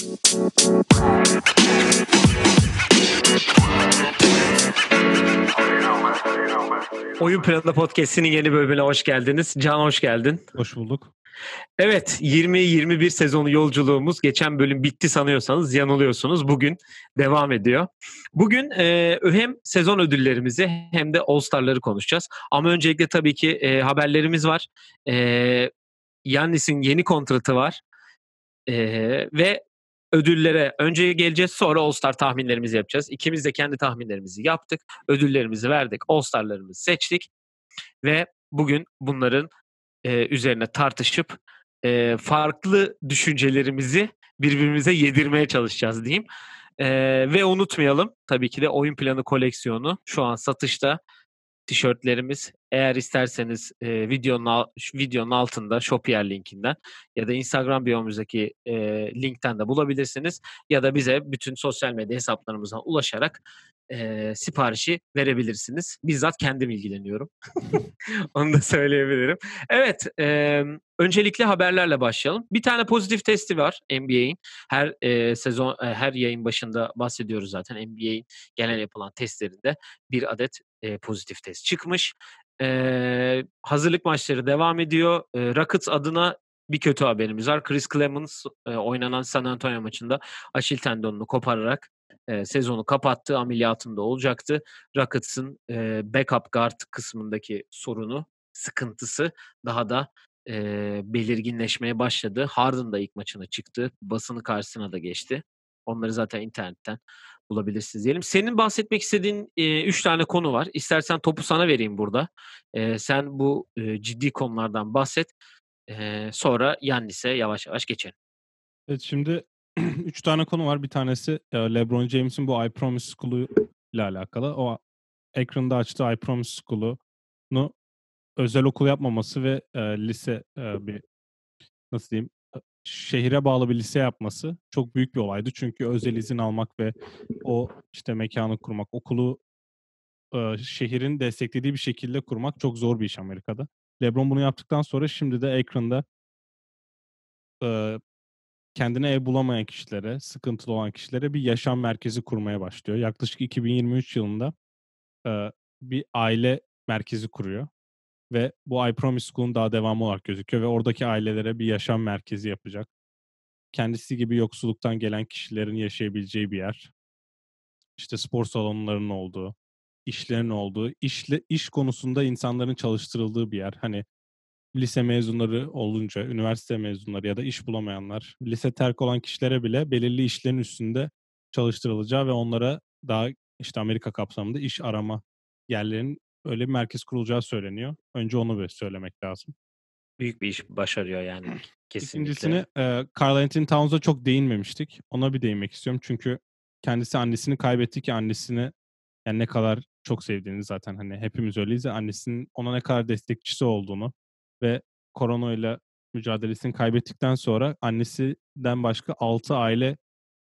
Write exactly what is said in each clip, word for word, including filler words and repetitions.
Oyun Planı Podcast'inin yeni bölümüne hoş geldiniz. Can hoş geldin. Hoş bulduk. Evet, yirmi yirmi bir sezonu yolculuğumuz geçen bölüm bitti sanıyorsanız yanılıyorsunuz. Bugün devam ediyor. Bugün e, hem sezon ödüllerimizi hem de All-Star'ları konuşacağız. Ama öncelikle tabii ki e, haberlerimiz var. E, Giannis'in yeni kontratı var. E, ve ödüllere önce geleceğiz, sonra All-Star tahminlerimizi yapacağız. İkimiz de kendi tahminlerimizi yaptık. Ödüllerimizi verdik, All-Star'larımızı seçtik. Ve bugün bunların e, üzerine tartışıp e, farklı düşüncelerimizi birbirimize yedirmeye çalışacağız diyeyim. E, ve unutmayalım tabii ki de Oyun Planı koleksiyonu şu an satışta. Tişörtlerimiz, eğer isterseniz e, videonun, al, videonun altında Shopier linkinden ya da Instagram biyomuzdaki e, linkten de bulabilirsiniz. Ya da bize bütün sosyal medya hesaplarımızdan ulaşarak e, siparişi verebilirsiniz. Bizzat kendim ilgileniyorum. Onu da söyleyebilirim. Evet, e, öncelikle haberlerle başlayalım. Bir tane pozitif testi var N B A'in. Her e, sezon, e, her yayın başında bahsediyoruz zaten. N B A'in genel yapılan testlerinde bir adet e, pozitif test çıkmış. E, hazırlık maçları devam ediyor. E, Rockets adına bir kötü haberimiz var. Chris Clemens e, oynanan San Antonio maçında Aşil tendonunu kopararak e, sezonu kapattı. Ameliyatında olacaktı. Rockets'ın e, backup guard kısmındaki sorunu, sıkıntısı daha da e, belirginleşmeye başladı. Harden da ilk maçına çıktı. Basını karşısına da geçti. Onları zaten internetten bulabilirsiniz diyelim. Senin bahsetmek istediğin e, üç tane konu var. İstersen topu sana vereyim burada. E, sen bu e, ciddi konulardan bahset. E, sonra Yannis'e yavaş yavaş geçelim. Evet, şimdi üç tane konu var. Bir tanesi LeBron James'in bu I Promise School'u ile alakalı. O ekranda açtığı I Promise School'unu özel okul yapmaması ve e, lise e, bir nasıl diyeyim e, şehire bağlı bir lise yapması çok büyük bir olaydı. Çünkü özel izin almak ve o işte mekanı kurmak, okulu e, şehrin desteklediği bir şekilde kurmak çok zor bir iş Amerika'da. LeBron bunu yaptıktan sonra şimdi de ekranda e, kendine ev bulamayan kişilere, sıkıntılı olan kişilere bir yaşam merkezi kurmaya başlıyor. Yaklaşık iki bin yirmi üç yılında e, bir aile merkezi kuruyor. Ve bu I Promise School'un daha devamı olarak gözüküyor ve oradaki ailelere bir yaşam merkezi yapacak. Kendisi gibi yoksulluktan gelen kişilerin yaşayabileceği bir yer. İşte spor salonlarının olduğu, işlerin olduğu, işle, iş konusunda insanların çalıştırıldığı bir yer. Hani lise mezunları olunca, üniversite mezunları ya da iş bulamayanlar, lise terk olan kişilere bile belirli işlerin üstünde çalıştırılacağı ve onlara daha işte Amerika kapsamında iş arama yerlerinin öyle bir merkez kurulacağı söyleniyor. Önce onu bir söylemek lazım. Büyük bir iş başarıyor yani kesinlikle. İkincisini e, Karl Anthony Towns'a çok değinmemiştik. Ona bir değinmek istiyorum çünkü kendisi annesini kaybetti ki annesini yani ne kadar çok sevdiğini zaten hani hepimiz öyleyiz. Annesinin ona ne kadar destekçisi olduğunu ve koronayla mücadelesini kaybettikten sonra annesinden başka altı aile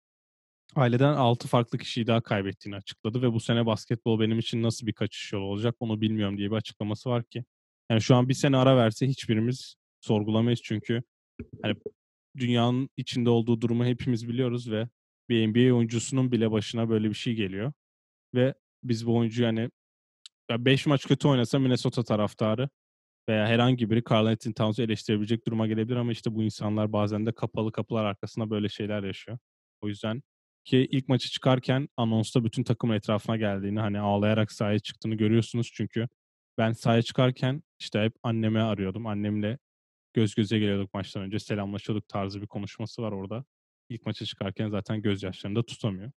aileden altı farklı kişiyi daha kaybettiğini açıkladı ve bu sene basketbol benim için nasıl bir kaçış yolu olacak onu bilmiyorum diye bir açıklaması var ki. Yani şu an bir sene ara verse hiçbirimiz sorgulamayız çünkü hani dünyanın içinde olduğu durumu hepimiz biliyoruz ve bir N B A oyuncusunun bile başına böyle bir şey geliyor. Ve biz bu oyuncu yani beş maç kötü oynasa Minnesota taraftarı veya herhangi biri Karl Anthony Towns'u eleştirebilecek duruma gelebilir ama işte bu insanlar bazen de kapalı kapılar arkasında böyle şeyler yaşıyor. O yüzden ki ilk maçı çıkarken anonsta bütün takımın etrafına geldiğini hani ağlayarak sahaya çıktığını görüyorsunuz çünkü ben sahaya çıkarken işte hep annemi arıyordum. Annemle göz göze geliyorduk maçtan önce selamlaşıyorduk tarzı bir konuşması var orada. İlk maça çıkarken zaten gözyaşlarını da tutamıyor.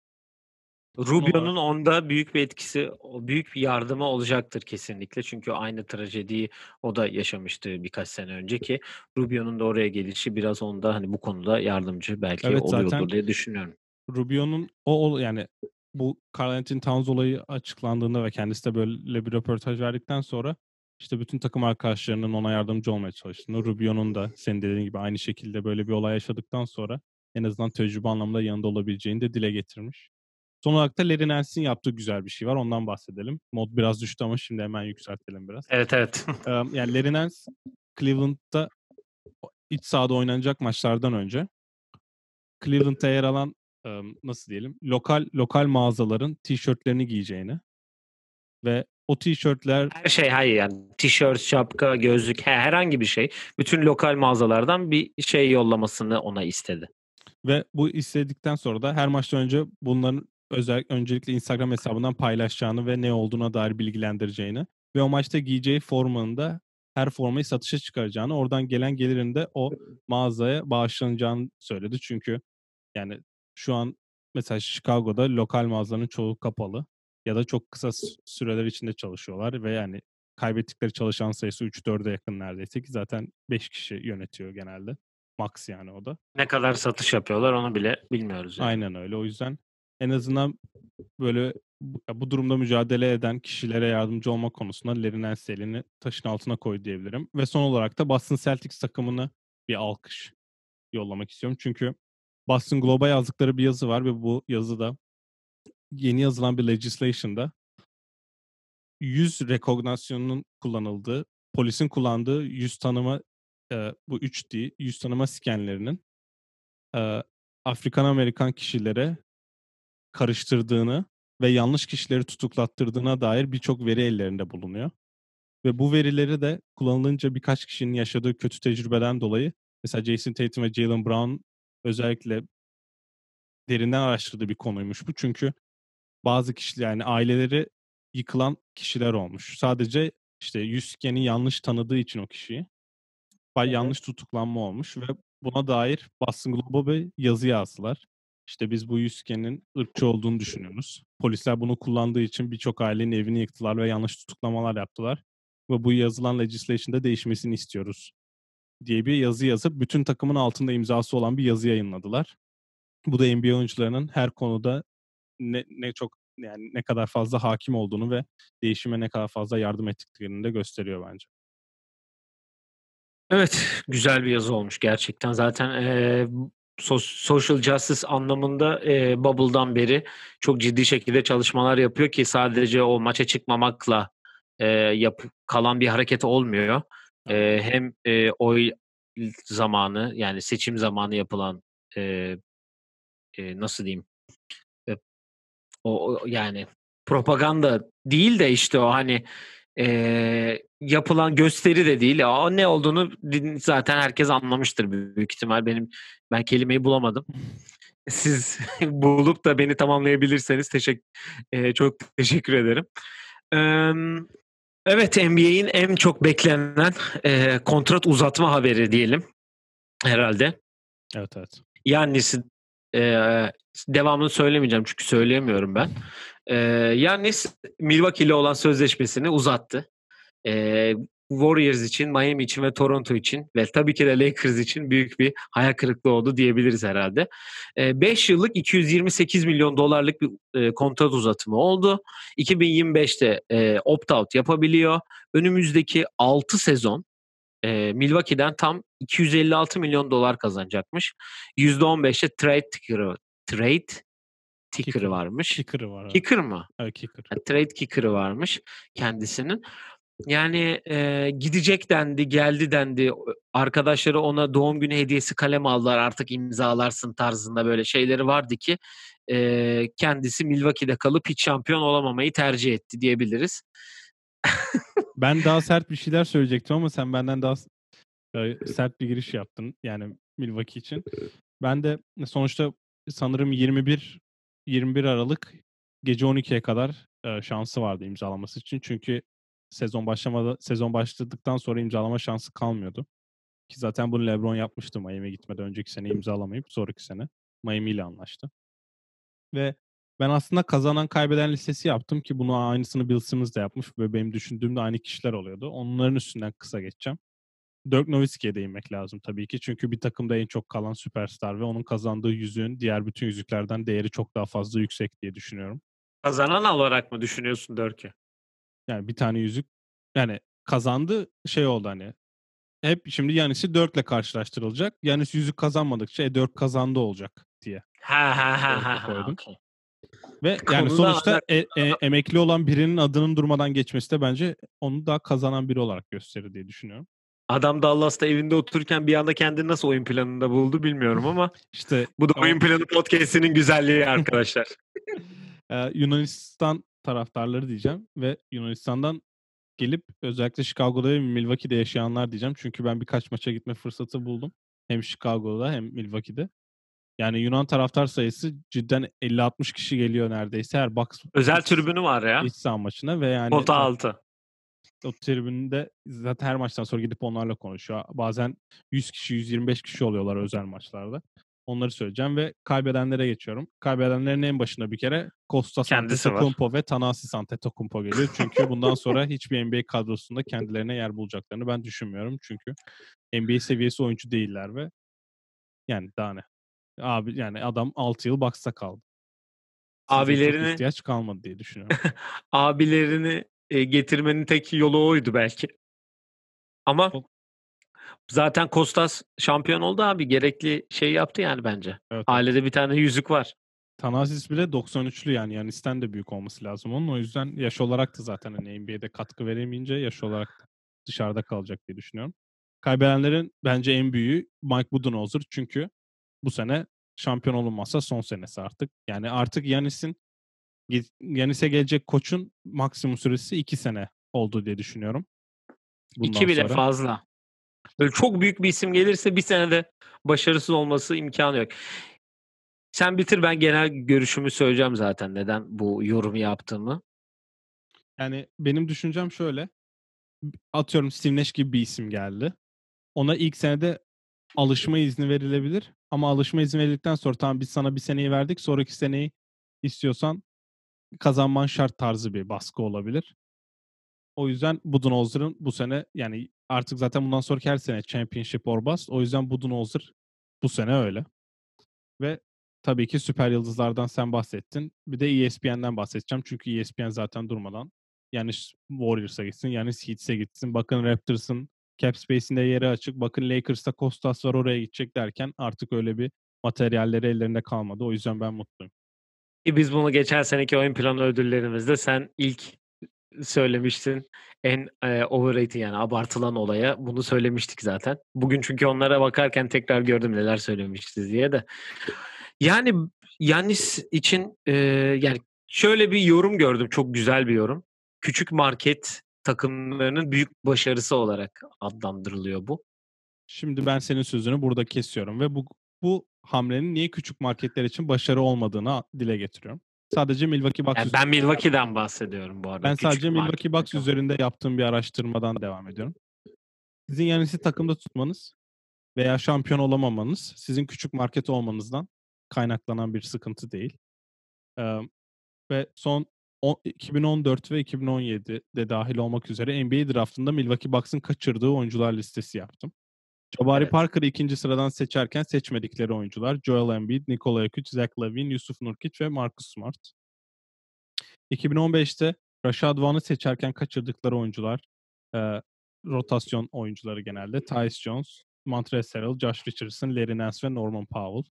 Son olarak Rubio'nun onda büyük bir etkisi, büyük bir yardımı olacaktır kesinlikle. Çünkü aynı trajediyi o da yaşamıştı birkaç sene önce ki Rubio'nun da oraya gelişi biraz onda hani bu konuda yardımcı belki evet oluyordur zaten diye düşünüyorum. Rubio'nun o, o yani bu Karl Anthony Towns olayı açıklandığında ve kendisi de böyle bir röportaj verdikten sonra işte bütün takım arkadaşlarının ona yardımcı olmaya çalıştığını, Rubio'nun da senin dediğin gibi aynı şekilde böyle bir olay yaşadıktan sonra en azından tecrübe anlamında yanında olabileceğini de dile getirmiş. Son olarak da Larry Nance'in yaptığı güzel bir şey var. Ondan bahsedelim. Mod biraz düştü ama şimdi hemen yükseltelim biraz. Evet evet. Ee, yani Larry Nance Cleveland'da iç sahada oynanacak maçlardan önce Cleveland'da yer alan ım, nasıl diyelim lokal lokal mağazaların tişörtlerini giyeceğini ve o tişörtler Her şey, hayır yani tişört, şapka, gözlük, he- herhangi bir şey. Bütün lokal mağazalardan bir şey yollamasını ona istedi. ve bu istedikten sonra da her maçtan önce bunların özel öncelikle Instagram hesabından paylaşacağını ve ne olduğuna dair bilgilendireceğini ve o maçta giyeceği formanın da her formayı satışa çıkaracağını, oradan gelen gelirin de o mağazaya bağışlanacağını söyledi. Çünkü yani şu an mesela Chicago'da lokal mağazaların çoğu kapalı ya da çok kısa s- süreler içinde çalışıyorlar ve yani kaybettikleri çalışan sayısı üç dörde yakın neredeyse, ki zaten beş kişi yönetiyor genelde. Max yani o da. Ne kadar satış yapıyorlar onu bile bilmiyoruz yani. Aynen öyle. O yüzden en azından böyle bu, bu durumda mücadele eden kişilere yardımcı olma konusunda Larry Nance elini taşın altına koy diyebilirim. Ve son olarak da Boston Celtics takımını bir alkış yollamak istiyorum. Çünkü Boston Globe'a yazdıkları bir yazı var ve bu yazıda yeni yazılan bir legislation'da yüz rekognasyonunun kullanıldığı, polisin kullandığı yüz tanıma e, bu üç D yüz tanıma skenlerinin e, Afrikan Amerikan kişilere karıştırdığını ve yanlış kişileri tutuklattırdığına dair birçok veri ellerinde bulunuyor. Ve bu verileri de kullanılınca birkaç kişinin yaşadığı kötü tecrübeden dolayı, mesela Jason Tatum ve Jaylen Brown özellikle derinden araştırdığı bir konuymuş bu. Çünkü bazı kişiler, yani aileleri yıkılan kişiler olmuş. Sadece işte yüz skeni yanlış tanıdığı için o kişiyi Hı hı. yanlış tutuklanma olmuş ve buna dair Boston Globe'a bir yazı yazdılar. İşte biz bu yüzgenin ırkçı olduğunu düşünüyoruz. Polisler bunu kullandığı için birçok ailenin evini yıktılar ve yanlış tutuklamalar yaptılar. Ve bu yazılan legislation'da değişmesini istiyoruz diye bir yazı yazıp bütün takımın altında imzası olan bir yazı yayınladılar. Bu da N B A oyuncularının her konuda ne, ne çok yani ne kadar fazla hakim olduğunu ve değişime ne kadar fazla yardım ettiklerini de gösteriyor bence. Evet, güzel bir yazı olmuş gerçekten. Zaten e, so- social justice anlamında e, Bubble'dan beri çok ciddi şekilde çalışmalar yapıyor ki sadece o maça çıkmamakla e, yap kalan bir hareket olmuyor. Aynen. E, hem e, oy zamanı, yani seçim zamanı yapılan e, e, nasıl diyeyim, e, o, o yani propaganda değil de işte o hani e, yapılan gösteri de değil. O ne olduğunu din- zaten herkes anlamıştır büyük ihtimal. Benim ben kelimeyi bulamadım. Siz bulup da beni tamamlayabilirseniz teşekkür çok teşekkür ederim. Eee, evet, N B A'in en çok beklenen eee, kontrat uzatma haberi diyelim herhalde. Evet, evet. Yannis'in eee devamını söylemeyeceğim çünkü söyleyemiyorum ben. Eee Yannis Milwaukee ile olan sözleşmesini uzattı. Eee, Warriors için, Miami için ve Toronto için ve tabii ki de Lakers için büyük bir hayal kırıklığı oldu diyebiliriz herhalde. beş yıllık iki yüz yirmi sekiz milyon dolarlık bir e, kontrat uzatımı oldu. iki bin yirmi beşte e, opt-out yapabiliyor. Önümüzdeki altı sezon e, Milwaukee'den tam iki yüz elli altı milyon dolar kazanacakmış. yüzde on beşte trade ticker'ı trade ticker'ı Kicker'ı. varmış. Kicker'ı var, evet. Kicker mı? Evet, kicker. Ha, trade kicker'ı varmış kendisinin. Yani e, gidecek dendi, geldi dendi. Arkadaşları ona doğum günü hediyesi kalem aldılar. Artık imzalarsın tarzında böyle şeyleri vardı ki e, kendisi Milwaukee'de kalıp hiç şampiyon olamamayı tercih etti diyebiliriz. Ben daha sert bir şeyler söyleyecektim ama sen benden daha s- e, sert bir giriş yaptın. Yani Milwaukee için. Ben de sonuçta sanırım yirmi bir yirmi bir Aralık gece on ikiye kadar e, şansı vardı imzalaması için. Çünkü sezon başlamadı, sezon başladıktan sonra imzalama şansı kalmıyordu. Ki zaten bunu LeBron yapmıştı Miami'ye gitmeden önceki sene imzalamayıp sonraki sene Miami ile anlaştı. Ve ben aslında kazanan kaybeden listesi yaptım ki bunu aynısını Bill Simmons da yapmış ve benim düşündüğümde aynı kişiler oluyordu. Onların üstünden kısa geçeceğim. Dirk Nowitzki'ye değinmek lazım tabii ki. Çünkü bir takımda en çok kalan süperstar ve onun kazandığı yüzüğün diğer bütün yüzüklerden değeri çok daha fazla yüksek diye düşünüyorum. Kazanan olarak mı düşünüyorsun Dörk'ü? Yani bir tane yüzük, yani kazandı şey oldu hani. Hep şimdi Yanis'i Dirk'le karşılaştırılacak. Yanis yüzük kazanmadıkça e, Dirk kazandı olacak diye Ha ha ha ha ortaya ha koydum. okey. Ve yani Konuda sonuçta e- e- emekli olan birinin adının durmadan geçmesi de bence onu daha kazanan biri olarak gösterir diye düşünüyorum. Adam Dallas'ta evinde otururken bir anda kendini nasıl oyun planında buldu bilmiyorum ama İşte bu da o oyun planı podcast'inin güzelliği arkadaşlar. Eee, Yunanistan taraftarları diyeceğim ve Yunanistan'dan gelip özellikle Chicago'da ve Milwaukee'de yaşayanlar diyeceğim. Çünkü ben birkaç maça gitme fırsatı buldum. Hem Chicago'da hem Milwaukee'de. Yani Yunan taraftar sayısı cidden elli altmış kişi geliyor neredeyse her Bucks Özel iç, tribünü var ya. iç saha maçına ve yani Pota zaten altı. o tribünde zaten her maçtan sonra gidip onlarla konuşuyor. Bazen yüz kişi, yüz yirmi beş kişi oluyorlar özel maçlarda. Onları söyleyeceğim ve kaybedenlere geçiyorum. Kaybedenlerin en başına bir kere Kostas Kendisi var. Antetokounmpo ve Thanasis Antetokounmpo geliyor. Çünkü bundan sonra hiçbir N B A kadrosunda kendilerine yer bulacaklarını ben düşünmüyorum. Çünkü N B A seviyesi oyuncu değiller ve yani daha ne? Abi yani adam altı yıl Bucks'ta kaldı. Size çok Abilerini ihtiyaç kalmadı diye düşünüyorum. abilerini e, getirmenin tek yolu oydu belki. Ama O- zaten Kostas şampiyon oldu abi. Gerekli şey yaptı yani bence. Evet, evet. Ailede bir tane yüzük var. Thanasis bile doksan üçlü yani Yanis'ten de büyük olması lazım onun. O yüzden yaş olarak da zaten hani N B A'de katkı veremeyince yaş olarak da dışarıda kalacak diye düşünüyorum. Kaybedenlerin bence en büyüğü Mike Budenholzer çünkü bu sene şampiyon olunmazsa son senesi artık. Yani artık Yanis'in Yanis'e gelecek koçun maksimum süresi iki sene oldu diye düşünüyorum. Bundan İki bile sonra. fazla. Böyle çok büyük bir isim gelirse bir senede başarısız olması imkanı yok. Sen bitir, ben genel görüşümü söyleyeceğim zaten neden bu yorumu yaptığımı. Yani benim düşüncem şöyle. Atıyorum Steve Nash gibi bir isim geldi. Ona ilk senede alışma izni verilebilir. Ama alışma izni verildikten sonra tamam biz sana bir seneyi verdik. Sonraki seneyi istiyorsan kazanman şart tarzı bir baskı olabilir. O yüzden Budenholzer'ın bu sene yani artık zaten bundan sonraki her sene Championship or Bust. O yüzden Budenholzer bu sene öyle. Ve tabii ki süper yıldızlardan sen bahsettin. Bir de E S P N'den bahsedeceğim. Çünkü E S P N zaten durmadan yani Warriors'a gitsin yani Heat'e gitsin. Bakın Raptors'ın cap space'inde yeri açık. Bakın Lakers'ta Kostas var oraya gidecek derken artık öyle bir materyalleri ellerinde kalmadı. O yüzden ben mutluyum. Ki biz bunu geçen seneki oyun planı ödüllerimizde sen ilk söylemiştin. En e, overrated yani abartılan olaya bunu söylemiştik zaten. Bugün çünkü onlara bakarken tekrar gördüm neler söylemişiz diye de. Yani Yannis için e, yani şöyle bir yorum gördüm. Çok güzel bir yorum. Küçük market takımlarının büyük başarısı olarak adlandırılıyor bu. Şimdi ben senin sözünü burada kesiyorum ve bu bu hamlenin niye küçük marketler için başarı olmadığını dile getiriyorum. Sadece Milwaukee Bucks Yani ben üzerinde Milwaukee'den bahsediyorum bu arada. ben sadece Küçük Milwaukee market Bucks takım. üzerinde yaptığım bir araştırmadan devam ediyorum. Sizin Yannis'i takımda tutmanız veya şampiyon olamamanız sizin küçük market olmanızdan kaynaklanan bir sıkıntı değil. Ee, ve son on, iki bin on dört ve iki bin on yedide dahil olmak üzere N B A draftında Milwaukee Bucks'ın kaçırdığı oyuncular listesi yaptım. Jabari Evet. Parker'ı ikinci sıradan seçerken seçmedikleri oyuncular Joel Embiid, Nikola Jokic, Zach LaVine, Yusuf Nurkic ve Marcus Smart. iki bin on beşte Rashad Van'ı seçerken kaçırdıkları oyuncular e, rotasyon oyuncuları genelde. Tyus Jones, Montrezl Harrell, Josh Richardson, Larry Nance ve Norman Powell.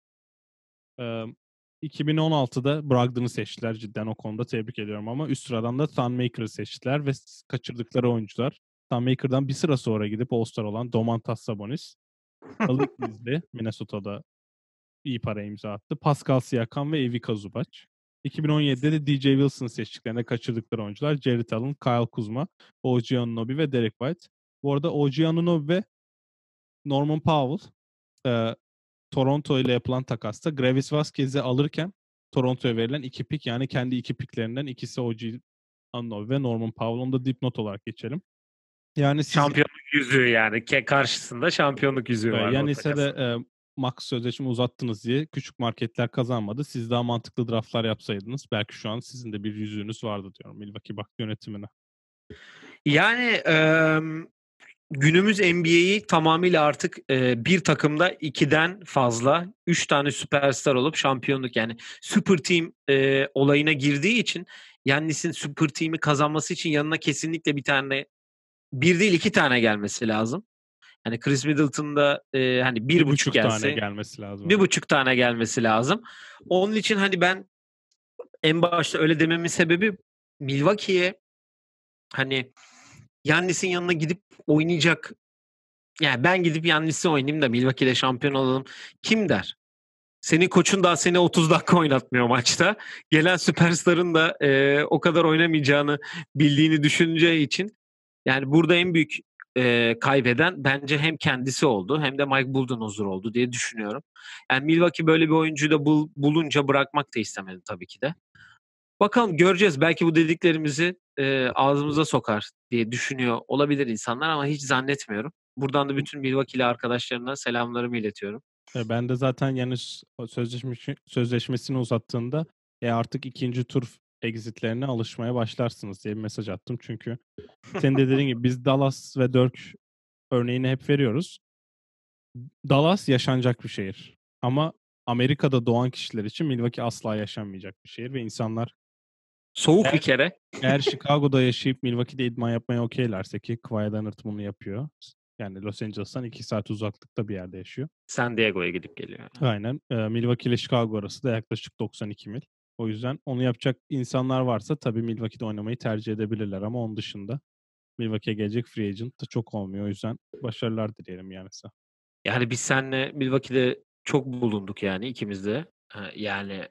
E, iki bin on altıda Brogdon'ı seçtiler. Cidden o konuda tebrik ediyorum ama üst sıradan da Thon Maker'ı seçtiler ve kaçırdıkları oyuncular Thon Maker'dan bir sıra sonra gidip All-Star olan Domantas Sabonis, Malik Beasley, Minnesota'da iyi para imza attı. Pascal Siakam ve Ivica Zubac. iki bin on yedide de D J Wilson'ı seçtiklerinde kaçırdıkları oyuncular Jarrett Allen, Kyle Kuzma, O G Anunoby ve Derek White. Bu arada O G Anunoby ve Norman Powell e, Toronto ile yapılan takasta Gravis Vazquez'i alırken Toronto'ya verilen iki pik yani kendi iki piklerinden ikisi O G Anunoby ve Norman Powell. Onu da dipnot olarak geçelim. Yani siz Şampiyonluk yüzüğü yani. Ke karşısında şampiyonluk yüzüğü e, vardı o yani ise de takasın. e, max sözleşme uzattınız diye küçük marketler kazanmadı. Siz daha mantıklı draftlar yapsaydınız belki şu an sizin de bir yüzüğünüz vardı diyorum Milwaukee Bucks yönetimine. Yani eee, günümüz N B A'yi tamamıyla artık eee, bir takımda ikiden fazla, üç tane süperstar olup şampiyonluk yani super team eee, olayına girdiği için Yannis'in super team'i kazanması için yanına kesinlikle bir tane, bir değil iki tane gelmesi lazım. Hani Chris Middleton'da eee, hani bir Bir buçuk buçuk tane gelse, gelmesi lazım. bir Evet. buçuk tane gelmesi lazım. Onun için hani ben en başta öyle dememin sebebi Milwaukee'ye hani Yannis'in yanına gidip oynayacak Yani ben gidip Yannis'i oynayayım da Milwaukee'de şampiyon olalım. Kim der? Senin koçun daha seni otuz dakika oynatmıyor maçta. Gelen süperstarın da e, o kadar oynamayacağını bildiğini düşüneceği için yani burada en büyük e, kaybeden bence hem kendisi oldu hem de Mike Budenholzer oldu diye düşünüyorum. Yani Milwaukee böyle bir oyuncuyu da bul, bulunca bırakmak da istemedi tabii ki de. Bakalım göreceğiz. Belki bu dediklerimizi e, ağzımıza sokar diye düşünüyor olabilir insanlar ama hiç zannetmiyorum. Buradan da bütün Milwaukee'li arkadaşlarına selamlarımı iletiyorum. E, Ben de zaten yani sözleşmesi, sözleşmesini uzattığında e artık ikinci tur exitlerine alışmaya başlarsınız diye bir mesaj attım. Çünkü senin de dediğin gibi biz Dallas ve Dirk örneğini hep veriyoruz. Dallas yaşanacak bir şehir. Ama Amerika'da doğan kişiler için Milwaukee asla yaşanmayacak bir şehir ve insanlar Soğuk bir eğer, kere. eğer Chicago'da yaşayıp Milwaukee'de idman yapmaya okeylerse ki Kawhi Leonard bunu yapıyor. Yani Los Angeles'tan iki saat uzaklıkta bir yerde yaşıyor. San Diego'ya gidip geliyor. Yani. Aynen. E, Milwaukee ile Chicago arası da yaklaşık doksan iki mil. O yüzden onu yapacak insanlar varsa tabii Milwaukee'de oynamayı tercih edebilirler ama onun dışında Milwaukee'ye gelecek free agent da çok olmuyor. O yüzden başarılar dileyelim yani size. Yani biz seninle Milwaukee'de çok bulunduk yani ikimiz de. Ha, yani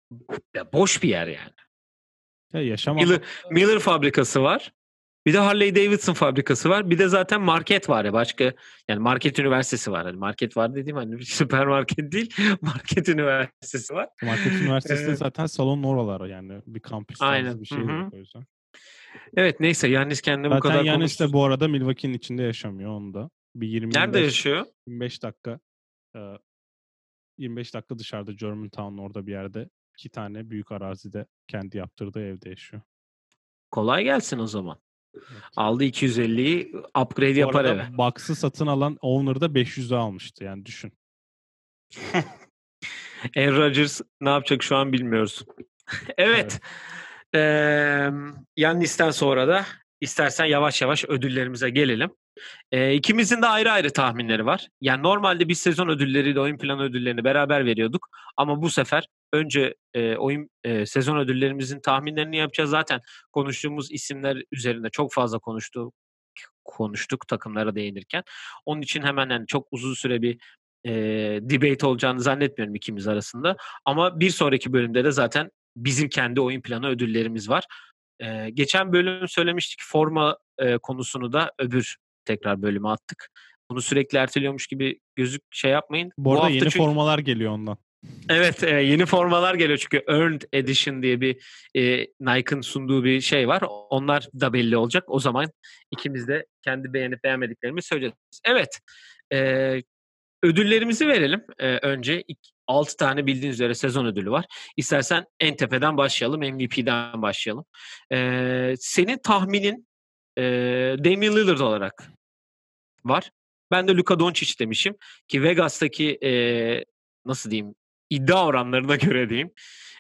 ya boş bir yer yani. Ya yaşam Miller, anlamında Miller fabrikası var. Bir de Harley Davidson fabrikası var. Bir de zaten market var ya başka yani market üniversitesi var. Hani market var dediğim hani bir süpermarket değil market üniversitesi var. Market Üniversitesi'nde Ee, zaten salonun oralar yani bir kampüs tarzı aynen. bir Hı şey direkt hı. o yüzden. Evet neyse Yannis kendine bu Zaten kadar Giannis konuştu. de bu arada Milwaukee'nin içinde yaşamıyor onu da. Bir Nerede yirmi yirmi beş yaşıyor? yirmi beş dakika e, yirmi beş dakika dışarıda Germantown orada bir yerde iki tane büyük arazide kendi yaptırdığı evde yaşıyor. Kolay gelsin o zaman. Evet. Aldı iki yüz elliyi upgrade Bu yapar eve. arada Bucks'ı satın alan owner da beş yüze almıştı yani düşün. Aaron Rodgers ne yapacak şu an bilmiyoruz. Evet. Evet. Ee, Yannis'ten sonra da istersen yavaş yavaş ödüllerimize gelelim. Ee, ikimizin de ayrı ayrı tahminleri var. Yani normalde biz sezon ödülleriyle oyun planı ödüllerini beraber veriyorduk. Ama bu sefer önce e, oyun e, sezon ödüllerimizin tahminlerini yapacağız. Zaten konuştuğumuz isimler üzerinde çok fazla konuştuk konuştuk takımlara değinirken. Onun için hemen yani çok uzun süre bir e, debate olacağını zannetmiyorum ikimiz arasında. Ama bir sonraki bölümde de zaten bizim kendi oyun planı ödüllerimiz var. E, geçen bölüm söylemiştik forma e, konusunu da öbür tekrar bölüme attık. Bunu sürekli erteliyormuş gibi gözük şey yapmayın. Bu Bu arada hafta yeni çünkü formalar geliyor ondan. evet e, yeni formalar geliyor çünkü Earned Edition diye bir e, Nike'ın sunduğu bir şey var. Onlar da belli olacak. O zaman ikimiz de kendi beğenip beğenmediklerimizi söyleyeceğiz. Evet. E, ödüllerimizi verelim. E, önce altı tane bildiğiniz üzere sezon ödülü var. İstersen en tepeden başlayalım. M V P'den başlayalım. E, senin tahminin e, Damian Lillard olarak var. Ben de Luka Doncic demişim ki Vegas'taki e, nasıl diyeyim iddia oranlarına göre diyeyim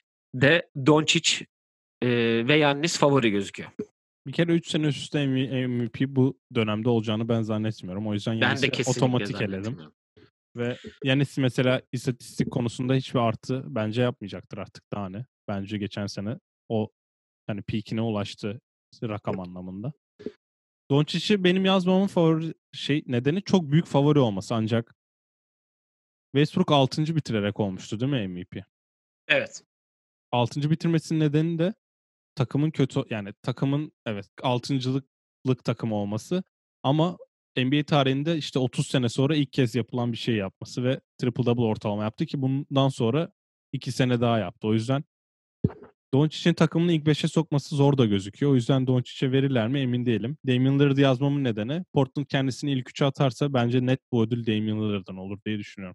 de Doncic e, ve Yannis favori gözüküyor. Bir kere üç sene üst üste M V P bu dönemde olacağını ben zannetmiyorum. O yüzden Ben de Yannis'i kesinlikle otomatik eledim. zannetmiyorum. Ve Yannis mesela istatistik konusunda hiçbir artı bence yapmayacaktır artık daha ne. Bence geçen sene o hani peak'ine ulaştı rakam anlamında. Doncic'i benim yazmamın favori şey nedeni çok büyük favori olması ancak Westbrook altıncı bitirerek olmuştu değil mi M V P? Evet. altıncı bitirmesinin nedeni de takımın kötü yani takımın evet altıncılık takımı olması ama N B A tarihinde işte otuz sene sonra ilk kez yapılan bir şey yapması ve triple double ortalama yaptı ki bundan sonra iki sene daha yaptı. O yüzden Doncic'in takımını ilk beşe sokması zor da gözüküyor. O yüzden Doncic'e verirler mi emin değilim. Damian Lillard'ı yazmamın nedeni Portland kendisini ilk üçe atarsa bence net bu ödül Damian Lillard'dan olur diye düşünüyorum.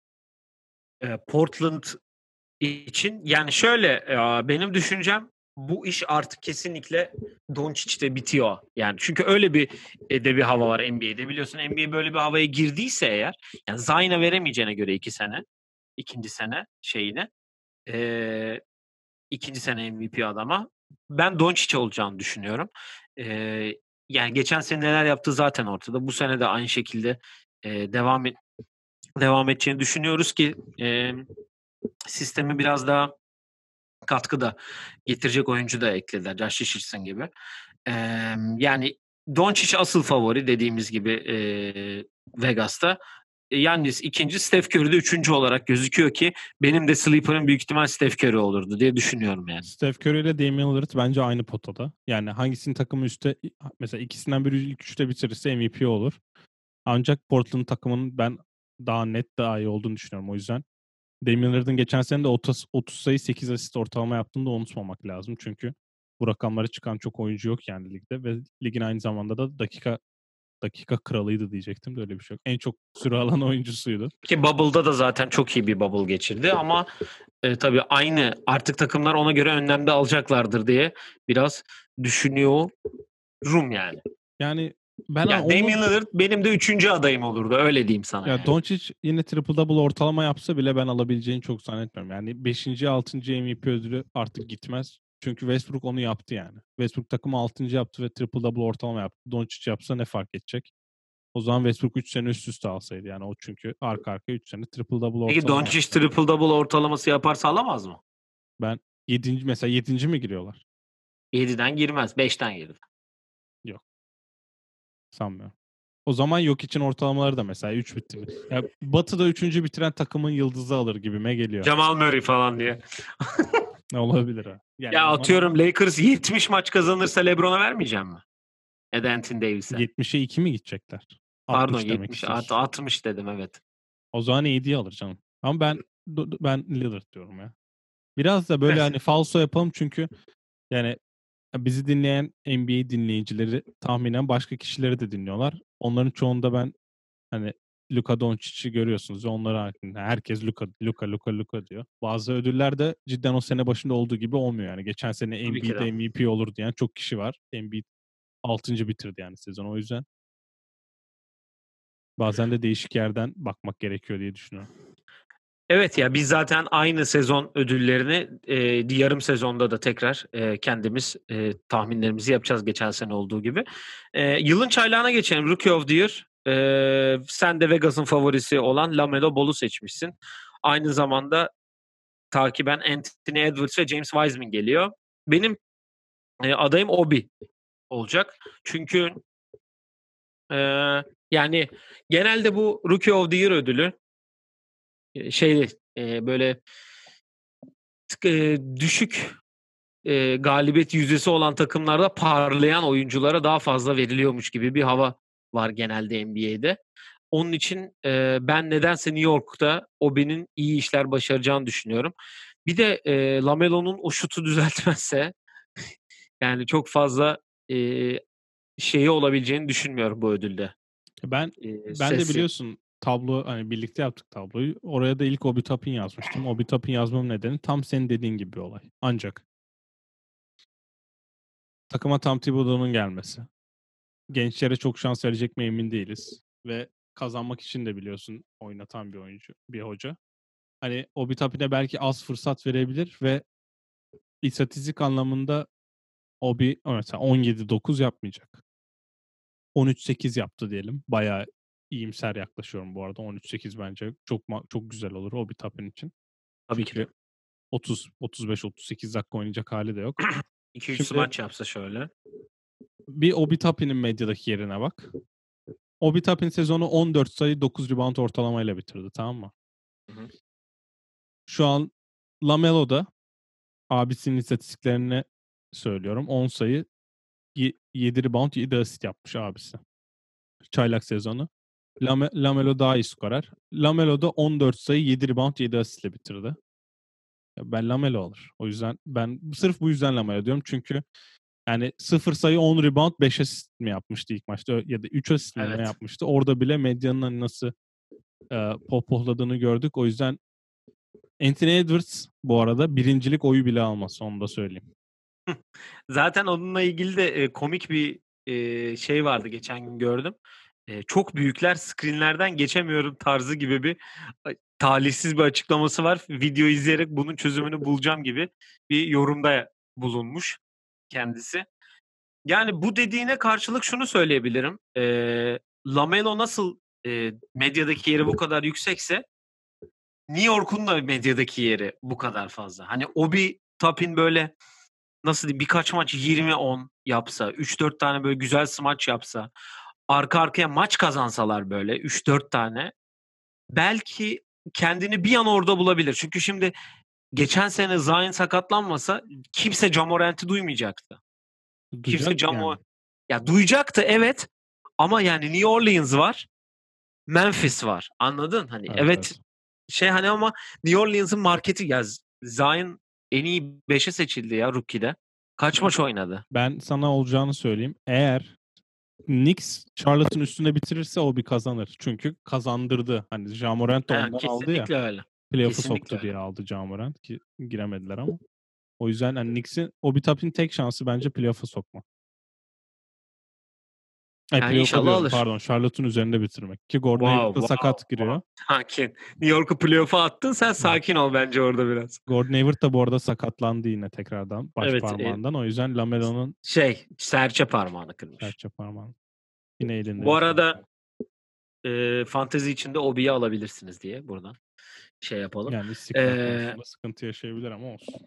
E, Portland için yani şöyle e, benim düşüncem bu iş artık kesinlikle Doncic'te bitiyor. Yani çünkü öyle bir e, de bir hava var N B A'de. Biliyorsun N B A böyle bir havaya girdiyse eğer yani Zion'a veremeyeceğine göre iki sene ikinci sene şeyine e, ikinci sene M V P adama ben Doncic olacağını düşünüyorum. E, yani geçen sene neler yaptığı zaten ortada. Bu sene de aynı şekilde e, devam et, devam edeceğini düşünüyoruz ki e, sistemi biraz daha katkı da getirecek oyuncu da eklediler. Josh Richardson gibi. Ee, yani Doncic asıl favori dediğimiz gibi e, Vegas'ta. Giannis ikinci, Steph Curry de üçüncü olarak gözüküyor ki benim de sleeper'ım büyük ihtimal Steph Curry olurdu diye düşünüyorum yani. Steph Curry ile Damian Lillard bence aynı potada. Yani hangisinin takımı üstte, mesela ikisinden biri ilk üçte bitirirse M V P olur. Ancak Portland takımının ben daha net daha iyi olduğunu düşünüyorum. O yüzden Damian Lillard'ın geçen sene de otuz, otuz sayı sekiz asist ortalama yaptığını da unutmamak lazım. Çünkü bu rakamlara çıkan çok oyuncu yok yani ligde ve ligin aynı zamanda da dakika dakika kralıydı diyecektim de öyle bir şey yok. En çok süre alan oyuncusuydu. Ki Bubble'da da zaten çok iyi bir bubble geçirdi ama e, tabii aynı artık takımlar ona göre önlem de alacaklardır diye biraz düşünüyorum yani. Yani ben Yani onu... Damian Lillard benim de üçüncü adayım olurdu öyle diyeyim sana. Ya Yani. Doncic yine triple double ortalama yapsa bile ben alabileceğini çok zannetmiyorum. Yani beşinci altıncı M V P ödülü artık gitmez. Çünkü Westbrook onu yaptı yani. Westbrook takımı altıncı yaptı ve triple double ortalama yaptı. Doncic yapsa ne fark edecek? O zaman Westbrook üç sene üst üste alsaydı yani o çünkü arka arkaya üç sene triple double ortalama Peki Doncic yaptı. triple double ortalaması yaparsa alamaz mı? Ben yedinci mesela yedinci mi giriyorlar? yediden girmez, beşten girir. Yok. Sanmıyorum. O zaman yok için ortalamaları da mesela üç bitti mi? Ya Batı'da üçüncü bitiren takımın yıldızı alır gibime geliyor. Jamal Murray falan diye. Ne olabilir ha? Yani ya ondan atıyorum ama Lakers yetmiş maç kazanırsa LeBron'a vermeyeceğim mi? Ya da Anthony Davis'e. yetmişe iki mi gidecekler? Pardon altmış demek yetmiş, istiyorsun. altmış dedim evet. O zaman A D alır canım. Ama ben ben Lillard diyorum ya. Biraz da böyle hani falso yapalım çünkü yani bizi dinleyen N B A dinleyicileri tahminen başka kişileri de dinliyorlar. Onların çoğunda ben hani Luka Doncic'i görüyorsunuz ve onlara hakkında herkes Luka, Luka, Luka, Luka diyor. Bazı ödüller de cidden o sene başında olduğu gibi olmuyor yani. Geçen sene Tabii ki de. N B A'de M V P olur diyen çok kişi var. N B A altıncı bitirdi yani sezon. O yüzden bazen de değişik yerden bakmak gerekiyor diye düşünüyorum. Evet ya biz zaten aynı sezon ödüllerini e, yarım sezonda da tekrar e, kendimiz e, tahminlerimizi yapacağız geçen sene olduğu gibi. E, yılın çaylağına geçelim. Rookie of the Year. E, sen de Vegas'ın favorisi olan LaMelo Ball'u seçmişsin. Aynı zamanda takiben Anthony Edwards ve James Wiseman geliyor. Benim e, adayım Obi olacak. Çünkü e, yani genelde bu Rookie of the Year ödülü e, şey e, böyle e, düşük e, galibiyet yüzdesi olan takımlarda parlayan oyunculara daha fazla veriliyormuş gibi bir hava var genelde N B A'de. Onun için e, ben nedense New York'ta Obi'nin iyi işler başaracağını düşünüyorum. Bir de e, LaMelo'nun o şutu düzeltmezse yani çok fazla e, şeyi olabileceğini düşünmüyorum bu ödülde. Ben E, ben de sesi. biliyorsun tablo hani birlikte yaptık tabloyu. Oraya da ilk Obi Toppin yazmıştım. Obi Toppin yazmamın nedeni tam senin dediğin gibi bir olay. Ancak takıma Tom Thibodeau'nun gelmesi. Gençlere çok şans verecek mi emin değiliz. Ve kazanmak için de biliyorsun oynatan bir oyuncu, bir hoca. Hani Obi Toppin'e belki az fırsat verebilir ve istatistik anlamında Obi mesela on yedi dokuz yapmayacak. on üç sekiz yaptı diyelim. Bayağı iyimser yaklaşıyorum bu arada. on üç sekiz bence çok çok güzel olur Obi Toppin için. Tabii ki de. Çünkü otuz otuz beş otuz sekiz dakika oynayacak hali de yok. iki üç Şimdi smaç yapsa şöyle. bir Obi Toppin'in medyadaki yerine bak. Obi Toppin sezonu on dört sayı dokuz rebound ortalamayla bitirdi, tamam mı? Hı hı. Şu an LaMelo'da abisinin istatistiklerini söylüyorum. on sayı yedi rebound yedi asist yapmış abisi. Çaylak sezonu. Lame, Lamelo daha iyi skorer. Lamelo da on dört sayı yedi rebound yedi asistle bitirdi. Ben Lamelo alır. O yüzden ben sırf bu yüzden Lamelo diyorum. Çünkü yani sıfır sayı on rebound beş asist mi yapmıştı ilk maçta ya da üç asist mi Evet. ne yapmıştı. Orada bile medyanın hani nasıl e, pohpohladığını gördük. O yüzden Anthony Edwards bu arada birincilik oyu bile almaz. Onu da söyleyeyim. Zaten onunla ilgili de e, komik bir e, şey vardı geçen gün gördüm. E, çok büyükler screenlerden geçemiyorum tarzı gibi bir e, talihsiz bir açıklaması var. Video izleyerek bunun çözümünü bulacağım gibi bir yorumda bulunmuş kendisi. Yani bu dediğine karşılık şunu söyleyebilirim. E, LaMelo nasıl e, medyadaki yeri bu kadar yüksekse New York'un da medyadaki yeri bu kadar fazla. Hani Obi Toppin böyle nasıl diyeyim birkaç maç yirmi on yapsa, üç dört tane böyle güzel smaç yapsa, arka arkaya maç kazansalar böyle üç dört tane belki kendini bir an orada bulabilir. Çünkü şimdi geçen sene Zion sakatlanmasa kimse Ja Morant'i duymayacaktı. Kimse Duyacak Ja yani. Mo- ya duyacaktı evet ama yani New Orleans var, Memphis var. Anladın? Hani Evet, evet evet. şey hani ama New Orleans'ın marketi ya Zion en iyi beşe seçildi ya rookie'de. Kaç maç oynadı? Ben sana olacağını söyleyeyim. Eğer Knicks Charlotte'ın üstüne bitirirse o bir kazanır. Çünkü kazandırdı. Hani Ja Morant da Ha, ondan aldı ya. kesinlikle öyle. Playoff'u Kesinlikle soktu öyle. diye aldı Ja Morant ki giremediler ama. O yüzden hani Knicks'in o bir tapin tek şansı bence playoff'a sokma. Ay Yani playoff'a inşallah diyorum alır. pardon. Charlotte'un üzerinde bitirmek. Ki Gordon Wow, Hayward da wow, sakat wow. giriyor. Sakin. New York'u playoff'a attın sen Evet. sakin ol bence orada biraz. Gordon Hayward da bu arada sakatlandı yine tekrardan baş Evet. E, parmağından. O yüzden Lamelo'nun şey serçe parmağını kırmış. serçe parmağını yine elinde Bu bir sorun. arada e, fantezi içinde Obi'yi alabilirsiniz diye buradan şey yapalım. Yani istikrar E, konusunda sıkıntı yaşayabilir ama olsun.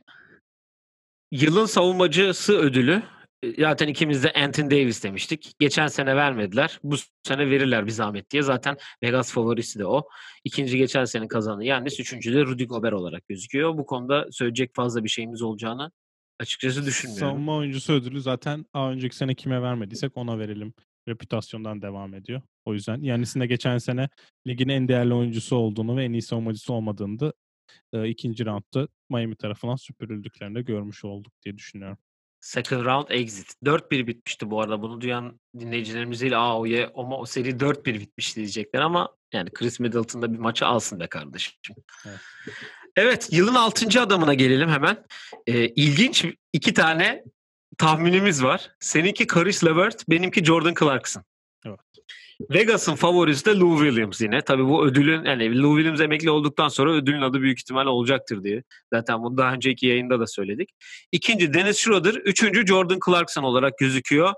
Yılın savunmacısı ödülü e, zaten ikimiz de Anthony Davis demiştik. Geçen sene vermediler. Bu sene verirler bir zahmet diye. Zaten Vegas favorisi de o. İkinci geçen sene kazandı. Yani üçüncü de Rudy Gobert olarak gözüküyor. Bu konuda söyleyecek fazla bir şeyimiz olacağını açıkçası düşünmüyorum. Savunma oyuncusu ödülü zaten a önceki sene kime vermediysek ona verelim. Reputasyondan devam ediyor. O yüzden Giannis'in de geçen sene ligin en değerli oyuncusu olduğunu ve en iyi savunmacısı olmadığını da e, ikinci roundda Miami tarafından süpürüldüklerini de görmüş olduk diye düşünüyorum. Second round exit. dört bir bitmişti bu arada. Bunu duyan dinleyicilerimiz değil. Aa o, ye, ama o seri dört bir bitmiş diyecekler ama yani Chris Middleton'da bir maçı alsın be kardeşim. Evet. Evet, yılın altıncı adamına gelelim hemen. Ee, ilginç iki tane tahminimiz var. Seninki Caris LeVert, benimki Jordan Clarkson. Evet. Vegas'ın favorisi de Lou Williams yine. Tabii bu ödülün, yani Lou Williams emekli olduktan sonra ödülün adı büyük ihtimal olacaktır diye. Zaten bunu daha önceki yayında da söyledik. İkinci Dennis Schroeder, üçüncü Jordan Clarkson olarak gözüküyor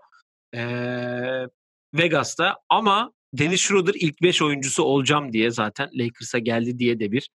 ee, Vegas'ta. Ama Dennis Schroeder ilk beş oyuncusu olacağım diye zaten Lakers'a geldi diye de bir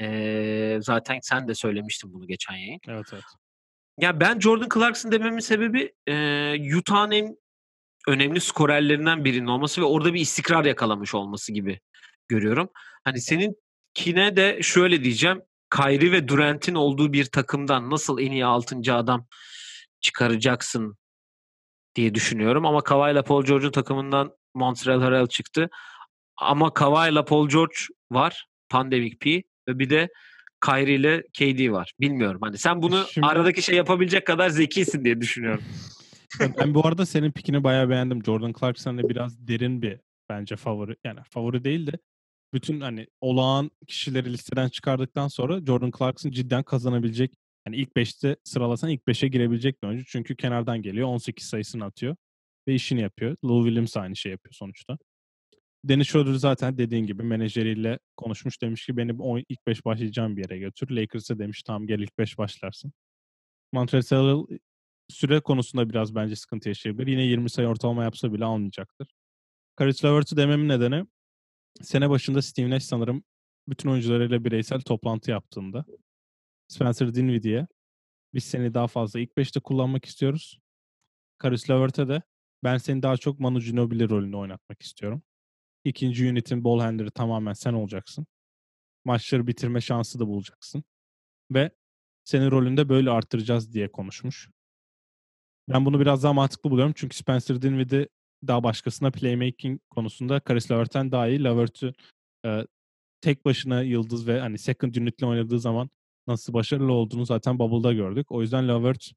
ee, zaten sen de söylemiştin bunu geçen yayın. Evet evet. Ya ben Jordan Clarkson dememin sebebi e, Utah'ın en önemli skorerlerinden birinin olması ve orada bir istikrar yakalamış olması gibi görüyorum. Hani seninkine de şöyle diyeceğim. Kyrie ve Durant'in olduğu bir takımdan nasıl en iyi altıncı adam çıkaracaksın diye düşünüyorum. Ama Kawhi ile Paul George'un takımından Montreal Harrell çıktı. Ama Kawhi ile Paul George var. Pandemic P ve bir de Kyrie ile K D var. Bilmiyorum. Hani sen bunu Şimdi aradaki şey yapabilecek kadar zekisin diye düşünüyorum. ben bu arada senin pikini bayağı beğendim. Jordan Clarkson'da biraz derin bir bence favori. Yani favori değil de bütün hani olağan kişileri listeden çıkardıktan sonra Jordan Clarkson cidden kazanabilecek. Yani ilk beşte sıralasan ilk beşe girebilecek bir oyuncu. Çünkü kenardan geliyor. on sekiz sayısını atıyor. Ve işini yapıyor. Lou Williams aynı şey yapıyor sonuçta. Dennis Schroeder zaten dediğin gibi menajeriyle konuşmuş. Demiş ki beni o ilk beş başlayacağım bir yere götür. Lakers'a demiş tamam gel ilk beş başlarsın. Montrezl süre konusunda biraz bence sıkıntı yaşayabilir. Yine yirmi sayı ortalama yapsa bile almayacaktır. Caris LeVert'ü dememin nedeni sene başında Steve Nash sanırım bütün oyuncularıyla bireysel toplantı yaptığında Spencer Dinwiddie'ye biz seni daha fazla ilk beşte kullanmak istiyoruz. Caris LeVert'e de ben seni daha çok Manu Ginobili rolünde oynatmak istiyorum. İkinci unitin ball handler'ı tamamen sen olacaksın. Maçları bitirme şansı da bulacaksın. Ve senin rolünde böyle arttıracağız diye konuşmuş. Ben bunu biraz daha mantıklı buluyorum. Çünkü Spencer Dinwiddie daha başkasına playmaking konusunda Caris LeVert'ten daha iyi. LeVert'ü e, tek başına yıldız ve hani second unit'le oynadığı zaman nasıl başarılı olduğunu zaten Bubble'da gördük. O yüzden LeVert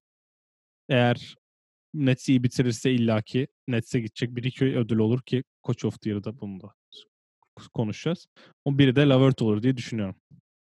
eğer Nets'i iyi bitirirse illaki Nets'e gidecek bir iki ödül olur ki Coach of the Year'da bunu da konuşacağız. O biri de LeVert olur diye düşünüyorum.